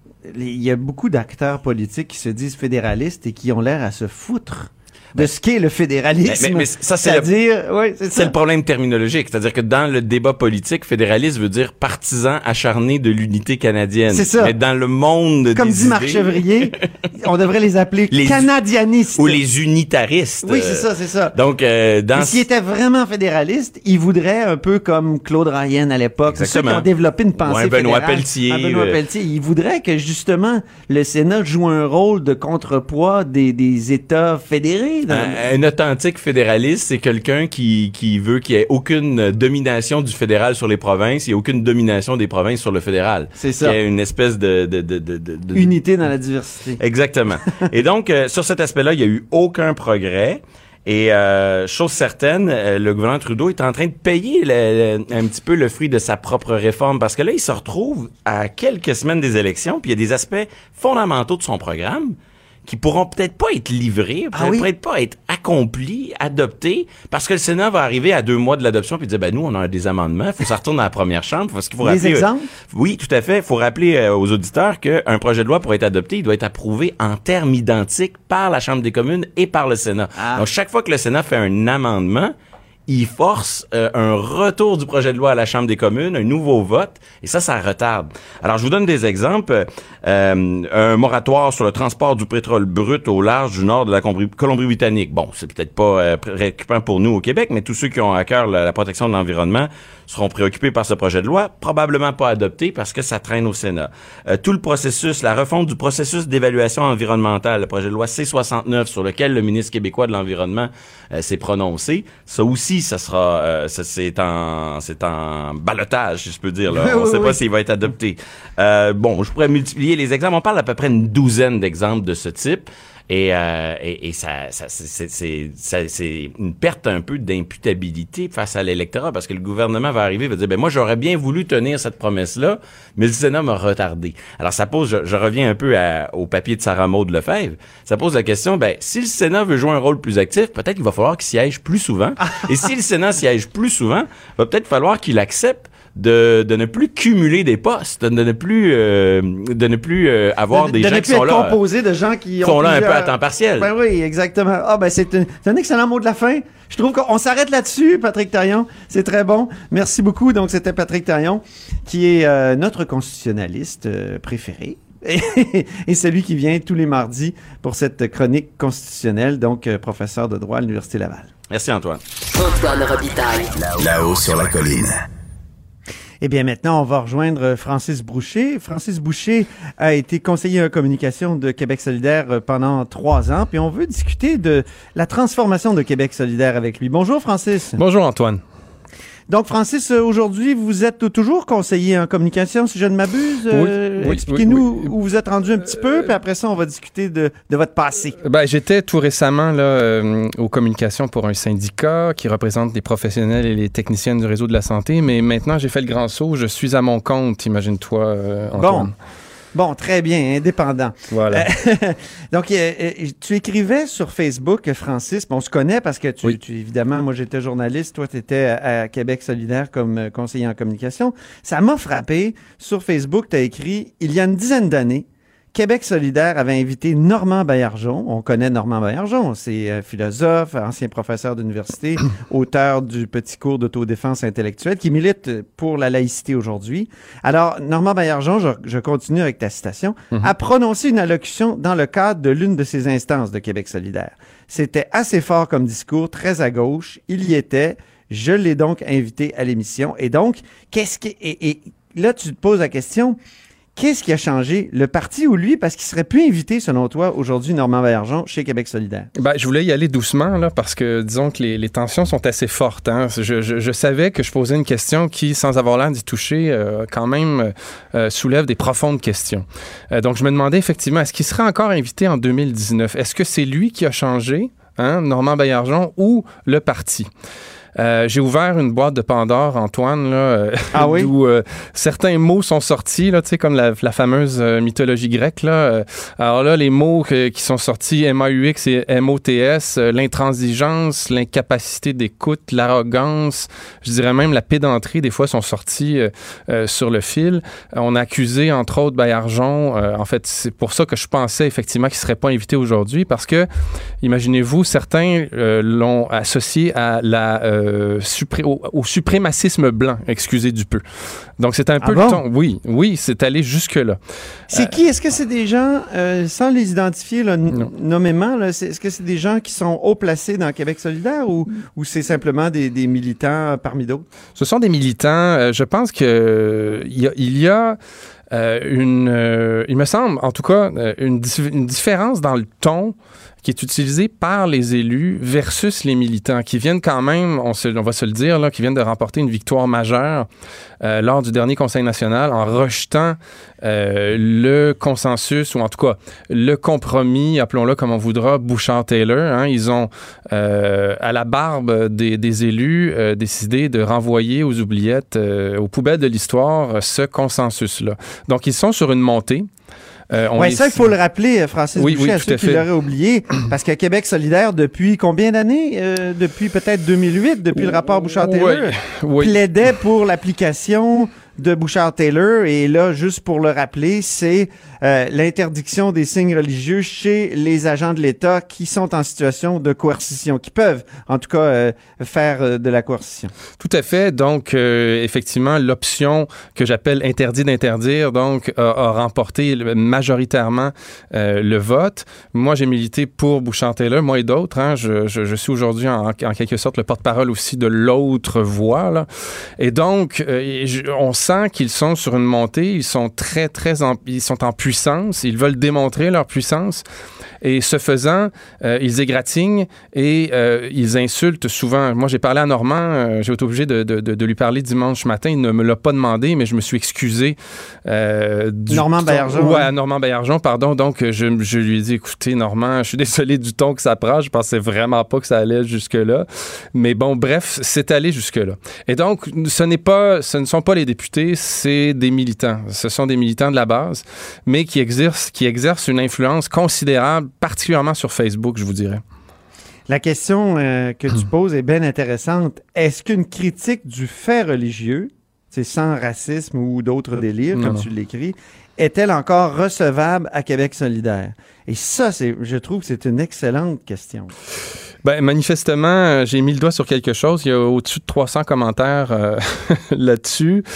il y a beaucoup d'acteurs politiques qui se disent fédéralistes et qui ont l'air à se foutre de ce qu'est le fédéralisme. Mais, mais, mais ça, c'est, c'est-à-dire, le, ouais, c'est, c'est le problème terminologique. C'est-à-dire que dans le débat politique, fédéraliste veut dire partisan acharné de l'unité canadienne. C'est ça. Mais dans le monde Comme des dit idées, Marc Chevrier, on devrait les appeler les canadianistes. Ou les unitaristes. Oui, c'est ça, c'est ça. Donc, euh, dans... Et s'ils étaient vraiment fédéralistes, ils voudraient un peu comme Claude Ryan à l'époque. C'est ceux qui ont développé une pensée ouais, Benoît fédérale. Pelletier. Ah, Benoît euh... Pelletier. Ils voudraient que, justement, le Sénat joue un rôle de contrepoids des, des États fédérés. Dans... Un, un authentique fédéraliste, c'est quelqu'un qui, qui veut qu'il y ait aucune domination du fédéral sur les provinces, il n'y a aucune domination des provinces sur le fédéral. C'est ça. Il y a une espèce de... de, de, de, de, de... Unité dans la diversité. Exactement. Et donc, euh, sur cet aspect-là, il n'y a eu aucun progrès. Et euh, chose certaine, euh, le gouvernement Trudeau est en train de payer le, le, un petit peu le fruit de sa propre réforme, parce que là, il se retrouve à quelques semaines des élections, puis il y a des aspects fondamentaux de son programme qui pourront peut-être pas être livrés, ah oui? peut-être pas être accomplis, adoptés, parce que le Sénat va arriver à deux mois de l'adoption puis dire, ben nous, on a des amendements, il faut que ça retourne à la première chambre, parce qu'il faut rappeler... Des exemples? Euh, oui, tout à fait. Il faut rappeler euh, aux auditeurs qu'un projet de loi, pour être adopté, il doit être approuvé en termes identiques par la Chambre des communes et par le Sénat. Ah. Donc, chaque fois que le Sénat fait un amendement, il force euh, un retour du projet de loi à la Chambre des communes, un nouveau vote, et ça, ça retarde. Alors, je vous donne des exemples. Euh, un moratoire sur le transport du pétrole brut au large du nord de la Colombie-Britannique. Bon, c'est peut-être pas euh, préoccupant pour nous au Québec, mais tous ceux qui ont à cœur la, la protection de l'environnement seront préoccupés par ce projet de loi, probablement pas adopté parce que ça traîne au Sénat. Euh, tout le processus, la refonte du processus d'évaluation environnementale, le projet de loi C soixante-neuf sur lequel le ministre québécois de l'Environnement euh, s'est prononcé, ça aussi, ça sera, euh, ça, c'est en, c'est en ballottage, si je peux dire. Là. On ne sait pas s'il va être adopté. Euh, bon, je pourrais multiplier les exemples. On parle à peu près une douzaine d'exemples de ce type. Et, euh, et, et ça, ça, c'est, c'est, ça, c'est une perte un peu d'imputabilité face à l'électorat, parce que le gouvernement va arriver et va dire, ben moi, j'aurais bien voulu tenir cette promesse-là, mais le Sénat m'a retardé. Alors, ça pose, je, je reviens un peu à, au papier de Sarah Maud Lefebvre, ça pose la question, ben si le Sénat veut jouer un rôle plus actif, peut-être qu'il va falloir qu'il siège plus souvent. Et si le Sénat siège plus souvent, va peut-être falloir qu'il accepte de, de ne plus cumuler des postes, de ne plus, euh, de ne plus euh, avoir de, des de gens ne qui plus sont être là. composé de gens qui sont ont là un plusieurs... peu à temps partiel. Ben oui, exactement. Ah ben c'est un, c'est un excellent mot de la fin. Je trouve qu'on s'arrête là-dessus, Patrick Taillon. C'est très bon. Merci beaucoup. Donc c'était Patrick Taillon, qui est euh, notre constitutionnaliste euh, préféré. Et celui qui vient tous les mardis pour cette chronique constitutionnelle, donc euh, professeur de droit à l'Université Laval. Merci Antoine. Antoine Robitaille. Là-haut sur la colline. Eh bien, maintenant, on va rejoindre Francis Boucher. Francis Boucher a été conseiller en communication de Québec solidaire pendant trois ans, puis on veut discuter de la transformation de Québec solidaire avec lui. Bonjour, Francis. Bonjour, Antoine. Donc, Francis, aujourd'hui, vous êtes toujours conseiller en communication, si je ne m'abuse. Oui, Euh, oui, Expliquez-nous oui, oui. où vous êtes rendu un petit peu, puis après ça, on va discuter de, de votre passé. Ben, j'étais tout récemment là, euh, aux communications pour un syndicat qui représente les professionnels et les techniciens du réseau de la santé, mais maintenant, j'ai fait le grand saut. Je suis à mon compte, imagine-toi, euh, Antoine. Bon. Bon, très bien, indépendant. Voilà. Donc, euh, euh, tu écrivais sur Facebook, Francis, on se connaît parce que tu, Oui. tu évidemment, moi j'étais journaliste, toi tu étais à, à Québec solidaire comme euh, conseiller en communication. Ça m'a frappé. Sur Facebook, tu as écrit, il y a une dizaine d'années, Québec solidaire avait invité Normand Baillargeon. On connaît Normand Baillargeon, c'est euh, philosophe, ancien professeur d'université, auteur du petit cours d'autodéfense intellectuelle, qui milite pour la laïcité aujourd'hui. Alors, Normand Baillargeon, je, je continue avec ta citation, Mm-hmm. a prononcé une allocution dans le cadre de l'une de ses instances de Québec solidaire. C'était assez fort comme discours, très à gauche. Il y était. Je l'ai donc invité à l'émission. Et donc, qu'est-ce qui... Et, et là, tu te poses la question... Qu'est-ce qui a changé, le parti ou lui, parce qu'il serait plus invité, selon toi, aujourd'hui, Normand Baillargeon, chez Québec solidaire? Ben, je voulais y aller doucement, là, parce que disons que les, les tensions sont assez fortes. Hein. Je, je, je savais que je posais une question qui, sans avoir l'air d'y toucher, euh, quand même euh, soulève des profondes questions. Euh, donc, je me demandais effectivement, est-ce qu'il serait encore invité en deux mille dix-neuf? Est-ce que c'est lui qui a changé, hein, Normand Baillargeon, ou le parti? Euh, j'ai ouvert une boîte de Pandore, Antoine, là, euh, ah oui? où euh, certains mots sont sortis, là, tu sais, comme la, la fameuse euh, mythologie grecque. Là. Euh, alors là, les mots que, qui sont sortis, M A U X et M O T S, euh, l'intransigeance, l'incapacité d'écoute, l'arrogance, je dirais même la pédanterie, des fois, sont sortis euh, euh, sur le fil. Euh, on a accusé, entre autres, Baillargeon. Euh, en fait, c'est pour ça que je pensais effectivement qu'il ne serait pas invité aujourd'hui, parce que, imaginez-vous, certains euh, l'ont associé à la... Euh, Euh, supré- au, au suprémacisme blanc, excusez du peu. Donc, c'est un Ah peu bon? le ton. Oui, oui, c'est allé jusque-là. C'est Euh, qui? Est-ce que c'est des gens, euh, sans les identifier là, n- nommément, là, c'est, est-ce que c'est des gens qui sont haut placés dans Québec solidaire ou, ou c'est simplement des, des militants euh, parmi d'autres? Ce sont des militants. Euh, je pense que euh, il y a... Il y a euh, une, euh, il me semble, en tout cas, euh, une, dif- une différence dans le ton qui est utilisé par les élus versus les militants, qui viennent quand même, on, se, on va se le dire, là, qui viennent de remporter une victoire majeure euh, lors du dernier Conseil national en rejetant euh, le consensus, ou en tout cas le compromis, appelons-le comme on voudra, Bouchard-Taylor. Hein, ils ont, euh, à la barbe des, des élus, euh, décidé de renvoyer aux oubliettes, euh, aux poubelles de l'histoire, ce consensus-là. Donc, ils sont sur une montée. Euh, oui, est... ça, il faut le rappeler, Francis oui, Boucher, oui, à tout ceux à qui fait. l'auraient oublié, parce que Québec solidaire, depuis combien d'années? Euh, depuis peut-être deux mille huit, depuis le rapport Bouchard-Taylor, oui, oui. plaidait pour l'application de Bouchard-Taylor. Et là, juste pour le rappeler, c'est euh, l'interdiction des signes religieux chez les agents de l'État qui sont en situation de coercition, qui peuvent, en tout cas, euh, faire euh, de la coercition. Tout à fait. Donc, euh, effectivement, l'option que j'appelle interdit d'interdire, donc, a, a remporté majoritairement euh, le vote. Moi, j'ai milité pour Bouchard-Taylor, moi et d'autres. Hein. Je, je, je suis aujourd'hui, en, en quelque sorte, le porte-parole aussi de l'autre voix. Là. Et donc, euh, je, on sent qu'ils sont sur une montée. Ils sont très, très... En, ils sont en puissance. Ils veulent démontrer leur puissance. Et ce faisant, euh, ils égratignent et euh, ils insultent souvent. Moi, j'ai parlé à Normand. Euh, j'ai été obligé de, de, de, de lui parler dimanche matin. Il ne me l'a pas demandé, mais je me suis excusé. Euh, du Normand ton, Baillargeon. Ouais, hein? Normand Baillargeon, pardon. Donc, je, je lui ai dit, écoutez, Normand, je suis désolé du ton que ça prend. Je pensais vraiment pas que ça allait jusque-là. Mais bon, bref, c'est allé jusque-là. Et donc, ce n'est pas, ce ne sont pas les députés, c'est des militants. Ce sont des militants de la base, mais qui exercent, qui exercent une influence considérable, particulièrement sur Facebook, je vous dirais. La question euh, que tu poses est bien intéressante. Est-ce qu'une critique du fait religieux, c'est sans racisme ou d'autres délires, non, comme non. tu l'écris, est-elle encore recevable à Québec solidaire? Et ça, c'est, je trouve que c'est une excellente question. Ben, manifestement, j'ai mis le doigt sur quelque chose. Il y a au-dessus de trois cents commentaires euh, là-dessus.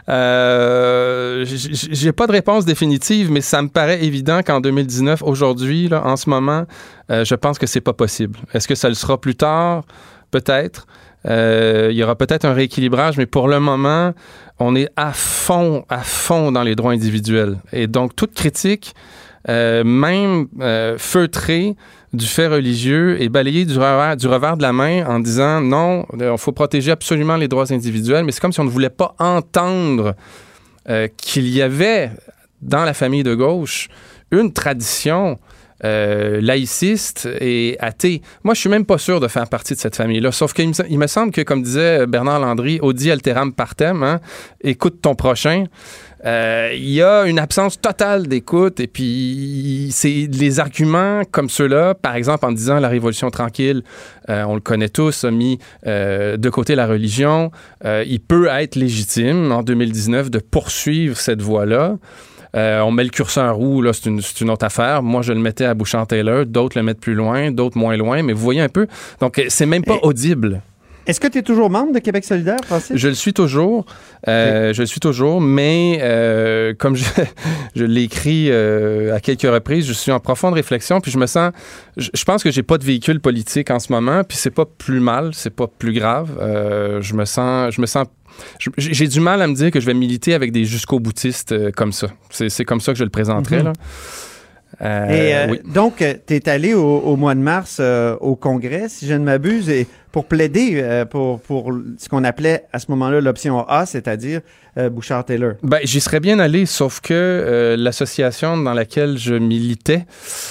Euh, j'ai pas de réponse définitive, mais ça me paraît évident qu'en deux mille dix-neuf, aujourd'hui, là, en ce moment, euh, je pense que c'est pas possible. Est-ce que ça le sera plus tard? Peut-être. Euh, il y aura peut-être un rééquilibrage, mais pour le moment, on est à fond, à fond dans les droits individuels. Et donc, toute critique, euh, même euh, feutrée, du fait religieux est balayé du revers, du revers de la main en disant non, il faut protéger absolument les droits individuels, mais c'est comme si on ne voulait pas entendre euh, qu'il y avait dans la famille de gauche une tradition euh, laïciste et athée. Moi, je suis même pas sûr de faire partie de cette famille-là, sauf qu'il me, il me semble que, comme disait Bernard Landry, audi alteram partem, hein, écoute ton prochain. Euh, il y a une absence totale d'écoute et puis c'est les arguments comme ceux-là, par exemple en disant la Révolution tranquille, euh, on le connaît tous, a mis euh, de côté la religion. Euh, il peut être légitime en deux mille dix-neuf de poursuivre cette voie-là. Euh, on met le curseur où, là, c'est une, c'est une autre affaire. Moi, je le mettais à Bouchard-Taylor, d'autres le mettent plus loin, d'autres moins loin, mais vous voyez un peu. Donc, c'est même pas et... audible. Est-ce que tu es toujours membre de Québec solidaire, Francis? Je le suis toujours. Euh, okay. Je le suis toujours, mais euh, comme je, je l'ai écrit euh, à quelques reprises, je suis en profonde réflexion, puis je me sens... Je, je pense que j'ai pas de véhicule politique en ce moment, puis c'est pas plus mal, c'est pas plus grave. Euh, je me sens... Je me sens je, j'ai du mal à me dire que je vais militer avec des jusqu'au-boutistes euh, comme ça. C'est, c'est comme ça que je le présenterai, mm-hmm. là. Euh, et euh, oui. Donc, tu es allé au, au mois de mars euh, au Congrès, si je ne m'abuse, et pour plaider euh, pour, pour ce qu'on appelait à ce moment-là l'option A, c'est-à-dire euh, Bouchard-Taylor. Ben, j'y serais bien allé, sauf que euh, l'association dans laquelle je militais,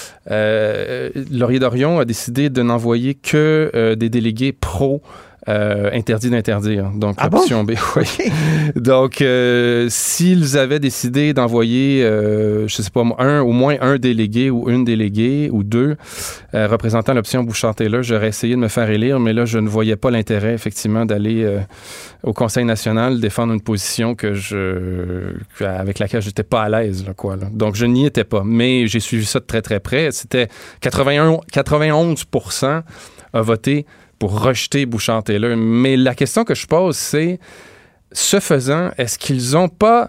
euh, Laurier-Dorion, a décidé de n'envoyer que euh, des délégués pro Euh, interdit d'interdire. Donc, ah l'option bon? B. Oui. Okay. Donc, euh, s'ils avaient décidé d'envoyer, euh, je sais pas, un, au moins un délégué ou une déléguée ou deux euh, représentant l'option Bouchard-Taylor, j'aurais essayé de me faire élire, mais là, je ne voyais pas l'intérêt, effectivement, d'aller euh, au Conseil national défendre une position que je, avec laquelle je n'étais pas à l'aise, là, quoi, là. Donc, je n'y étais pas. Mais j'ai suivi ça de très, très près. C'était quatre-vingt-un, quatre-vingt-onze pour cent a voté pour rejeter Bouchard-Taylor. Mais la question que je pose, c'est, ce faisant, est-ce qu'ils n'ont pas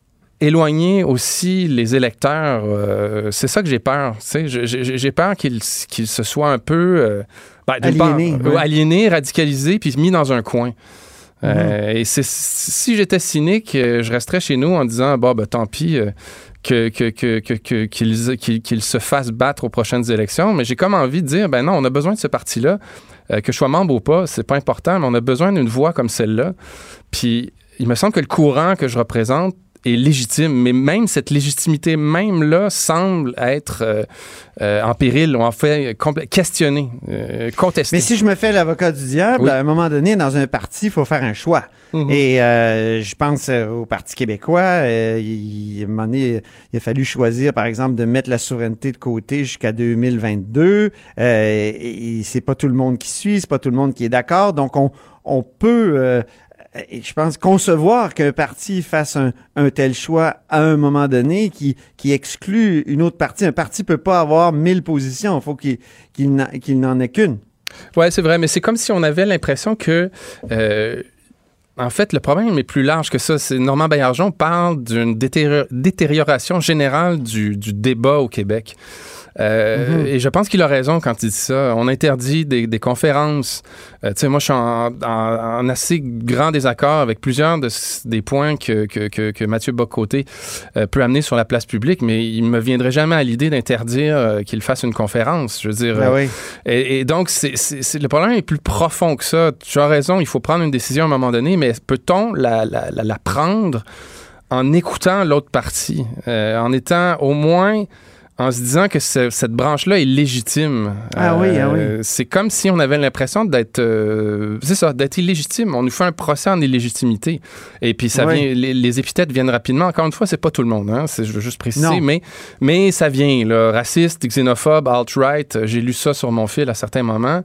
éloigné aussi les électeurs? Euh, c'est ça que j'ai peur. Tu sais, j'ai, j'ai peur qu'ils, qu'ils se soient un peu euh, ben, aliénés, part, ouais. aliénés, radicalisés, puis mis dans un coin. Mm-hmm. Euh, et c'est, si j'étais cynique, je resterais chez nous en disant, bah, ben, tant pis, euh, Que, que, que, que, que, qu'ils, qu'ils, qu'ils se fassent battre aux prochaines élections. Mais j'ai comme envie de dire, ben non, on a besoin de ce parti-là. Euh, que je sois membre ou pas, c'est pas important, mais on a besoin d'une voix comme celle-là. Puis, il me semble que le courant que je représente est légitime, mais même cette légitimité même-là semble être euh, euh, en péril, ou en fait compl- questionnée, euh, contestée. Mais si je me fais l'avocat du diable, oui. à un moment donné, dans un parti, il faut faire un choix. Mm-hmm. Et euh, je pense au Parti québécois, euh, il, à un moment donné, il a fallu choisir, par exemple, de mettre la souveraineté de côté jusqu'à deux mille vingt-deux. Euh, et, et c'est pas tout le monde qui suit, c'est pas tout le monde qui est d'accord. Donc, on, on peut... Euh, Et je pense concevoir qu'un parti fasse un, un tel choix à un moment donné qui, qui exclut une autre partie. Un parti peut pas avoir mille positions. Il faut qu'il, qu'il, n'a, qu'il n'en ait qu'une. Oui, c'est vrai, mais c'est comme si on avait l'impression que... Euh, en fait, le problème est plus large que ça. C'est Normand Baillargeon parle d'une détéri- détérioration générale du, du débat au Québec. Euh, mm-hmm. Et je pense qu'il a raison quand il dit ça. On interdit des, des conférences. Euh, tu sais, moi, je suis en, en, en assez grand désaccord avec plusieurs de, des points que, que, que, que Mathieu Bock-Côté euh, peut amener sur la place publique, mais il me viendrait jamais à l'idée d'interdire euh, qu'il fasse une conférence. Je veux dire. Ben euh, oui. et, et donc, c'est, c'est, c'est, le problème est plus profond que ça. Tu as raison, il faut prendre une décision à un moment donné, mais peut-on la, la, la, la prendre en écoutant l'autre partie, euh, en étant au moins... en se disant que ce, cette branche-là est légitime. Ah euh, oui, ah oui. C'est comme si on avait l'impression d'être... Euh, c'est ça, d'être illégitime. On nous fait un procès en illégitimité. Et puis, ça oui. vient, les, les épithètes viennent rapidement. Encore une fois, c'est pas tout le monde, hein, c'est, je veux juste préciser, mais, mais ça vient, là, raciste, xénophobe, alt-right. J'ai lu ça sur mon fil à certains moments.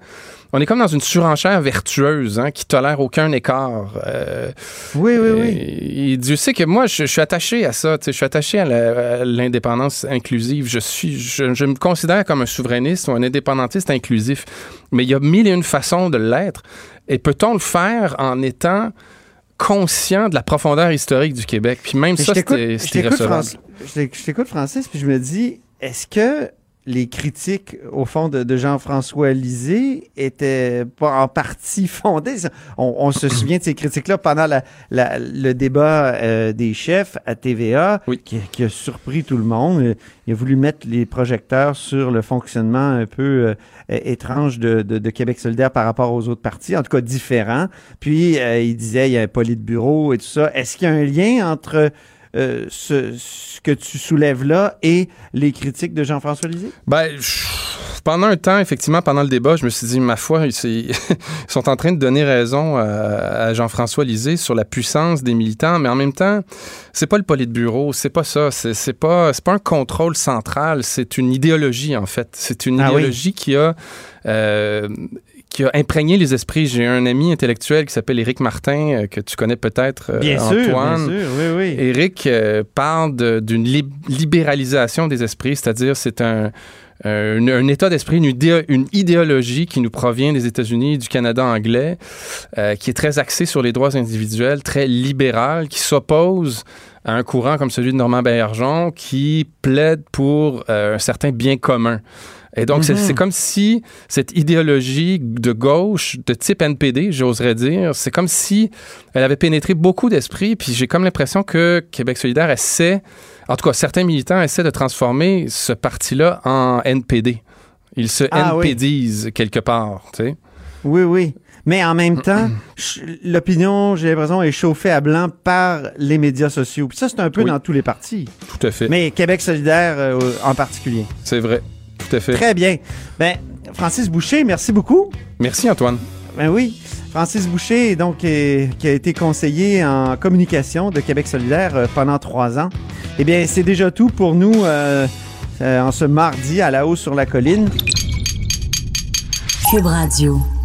on est comme dans une surenchère vertueuse, hein, qui tolère aucun écart. Euh, oui, oui, oui. Et, et Dieu sait que moi, je, je suis attaché à ça. Je suis attaché à, la, à l'indépendance inclusive. Je suis, je, je me considère comme un souverainiste ou un indépendantiste inclusif. Mais il y a mille et une façons de l'être. Et peut-on le faire en étant conscient de la profondeur historique du Québec? Puis même mais ça, c'était, c'était irrecevable. Je t'écoute, Francis, puis je me dis, est-ce que les critiques, au fond, de, de Jean-François Lisée étaient pas en partie fondées? On, on se souvient de ces critiques-là pendant la, la, le débat euh, des chefs à T V A, oui. qui, qui a surpris tout le monde. Il a voulu mettre les projecteurs sur le fonctionnement un peu euh, étrange de, de, de Québec solidaire par rapport aux autres partis, en tout cas différent. Puis, euh, il disait, il y a un politburo et tout ça. Est-ce qu'il y a un lien entre... Euh, ce, ce que tu soulèves là et les critiques de Jean-François Lisée? Ben, je, pendant un temps, effectivement, pendant le débat, je me suis dit, ma foi, ils, ils sont en train de donner raison à, à Jean-François Lisée sur la puissance des militants, mais en même temps, c'est pas le politburo, c'est pas ça, c'est, c'est pas, c'est pas un contrôle central, c'est une idéologie, en fait. C'est une ah idéologie oui. qui a... Euh, qui a imprégné les esprits. J'ai un ami intellectuel qui s'appelle Éric Martin, euh, que tu connais peut-être, euh, bien Antoine. Sûr, bien sûr, oui, oui. Éric euh, parle de, d'une lib- libéralisation des esprits, c'est-à-dire c'est un, euh, une, un état d'esprit, une, idé- une idéologie qui nous provient des États-Unis, du Canada anglais, euh, qui est très axée sur les droits individuels, très libérale, qui s'oppose à un courant comme celui de Normand Baillargeon, qui plaide pour euh, un certain bien commun. Et donc, mm-hmm. c'est, c'est comme si cette idéologie de gauche, de type N P D, j'oserais dire, c'est comme si elle avait pénétré beaucoup d'esprits, puis j'ai comme l'impression que Québec solidaire essaie, en tout cas, certains militants essaient de transformer ce parti-là en N P D. Ils se ah, N P D-isent oui. quelque part, tu sais. Oui, oui. Mais en même temps, l'opinion, j'ai l'impression, est chauffée à blanc par les médias sociaux. Puis ça, c'est un peu oui. dans tous les partis. Tout à fait. Mais Québec solidaire euh, en particulier. C'est vrai. Tout à fait. Très bien. Ben, Francis Boucher, merci beaucoup. Merci, Antoine. Ben oui. Francis Boucher, donc, est, qui a été conseiller en communication de Québec solidaire euh, pendant trois ans. Eh bien, c'est déjà tout pour nous euh, euh, en ce mardi à La Haut sur la Colline. Cube Radio.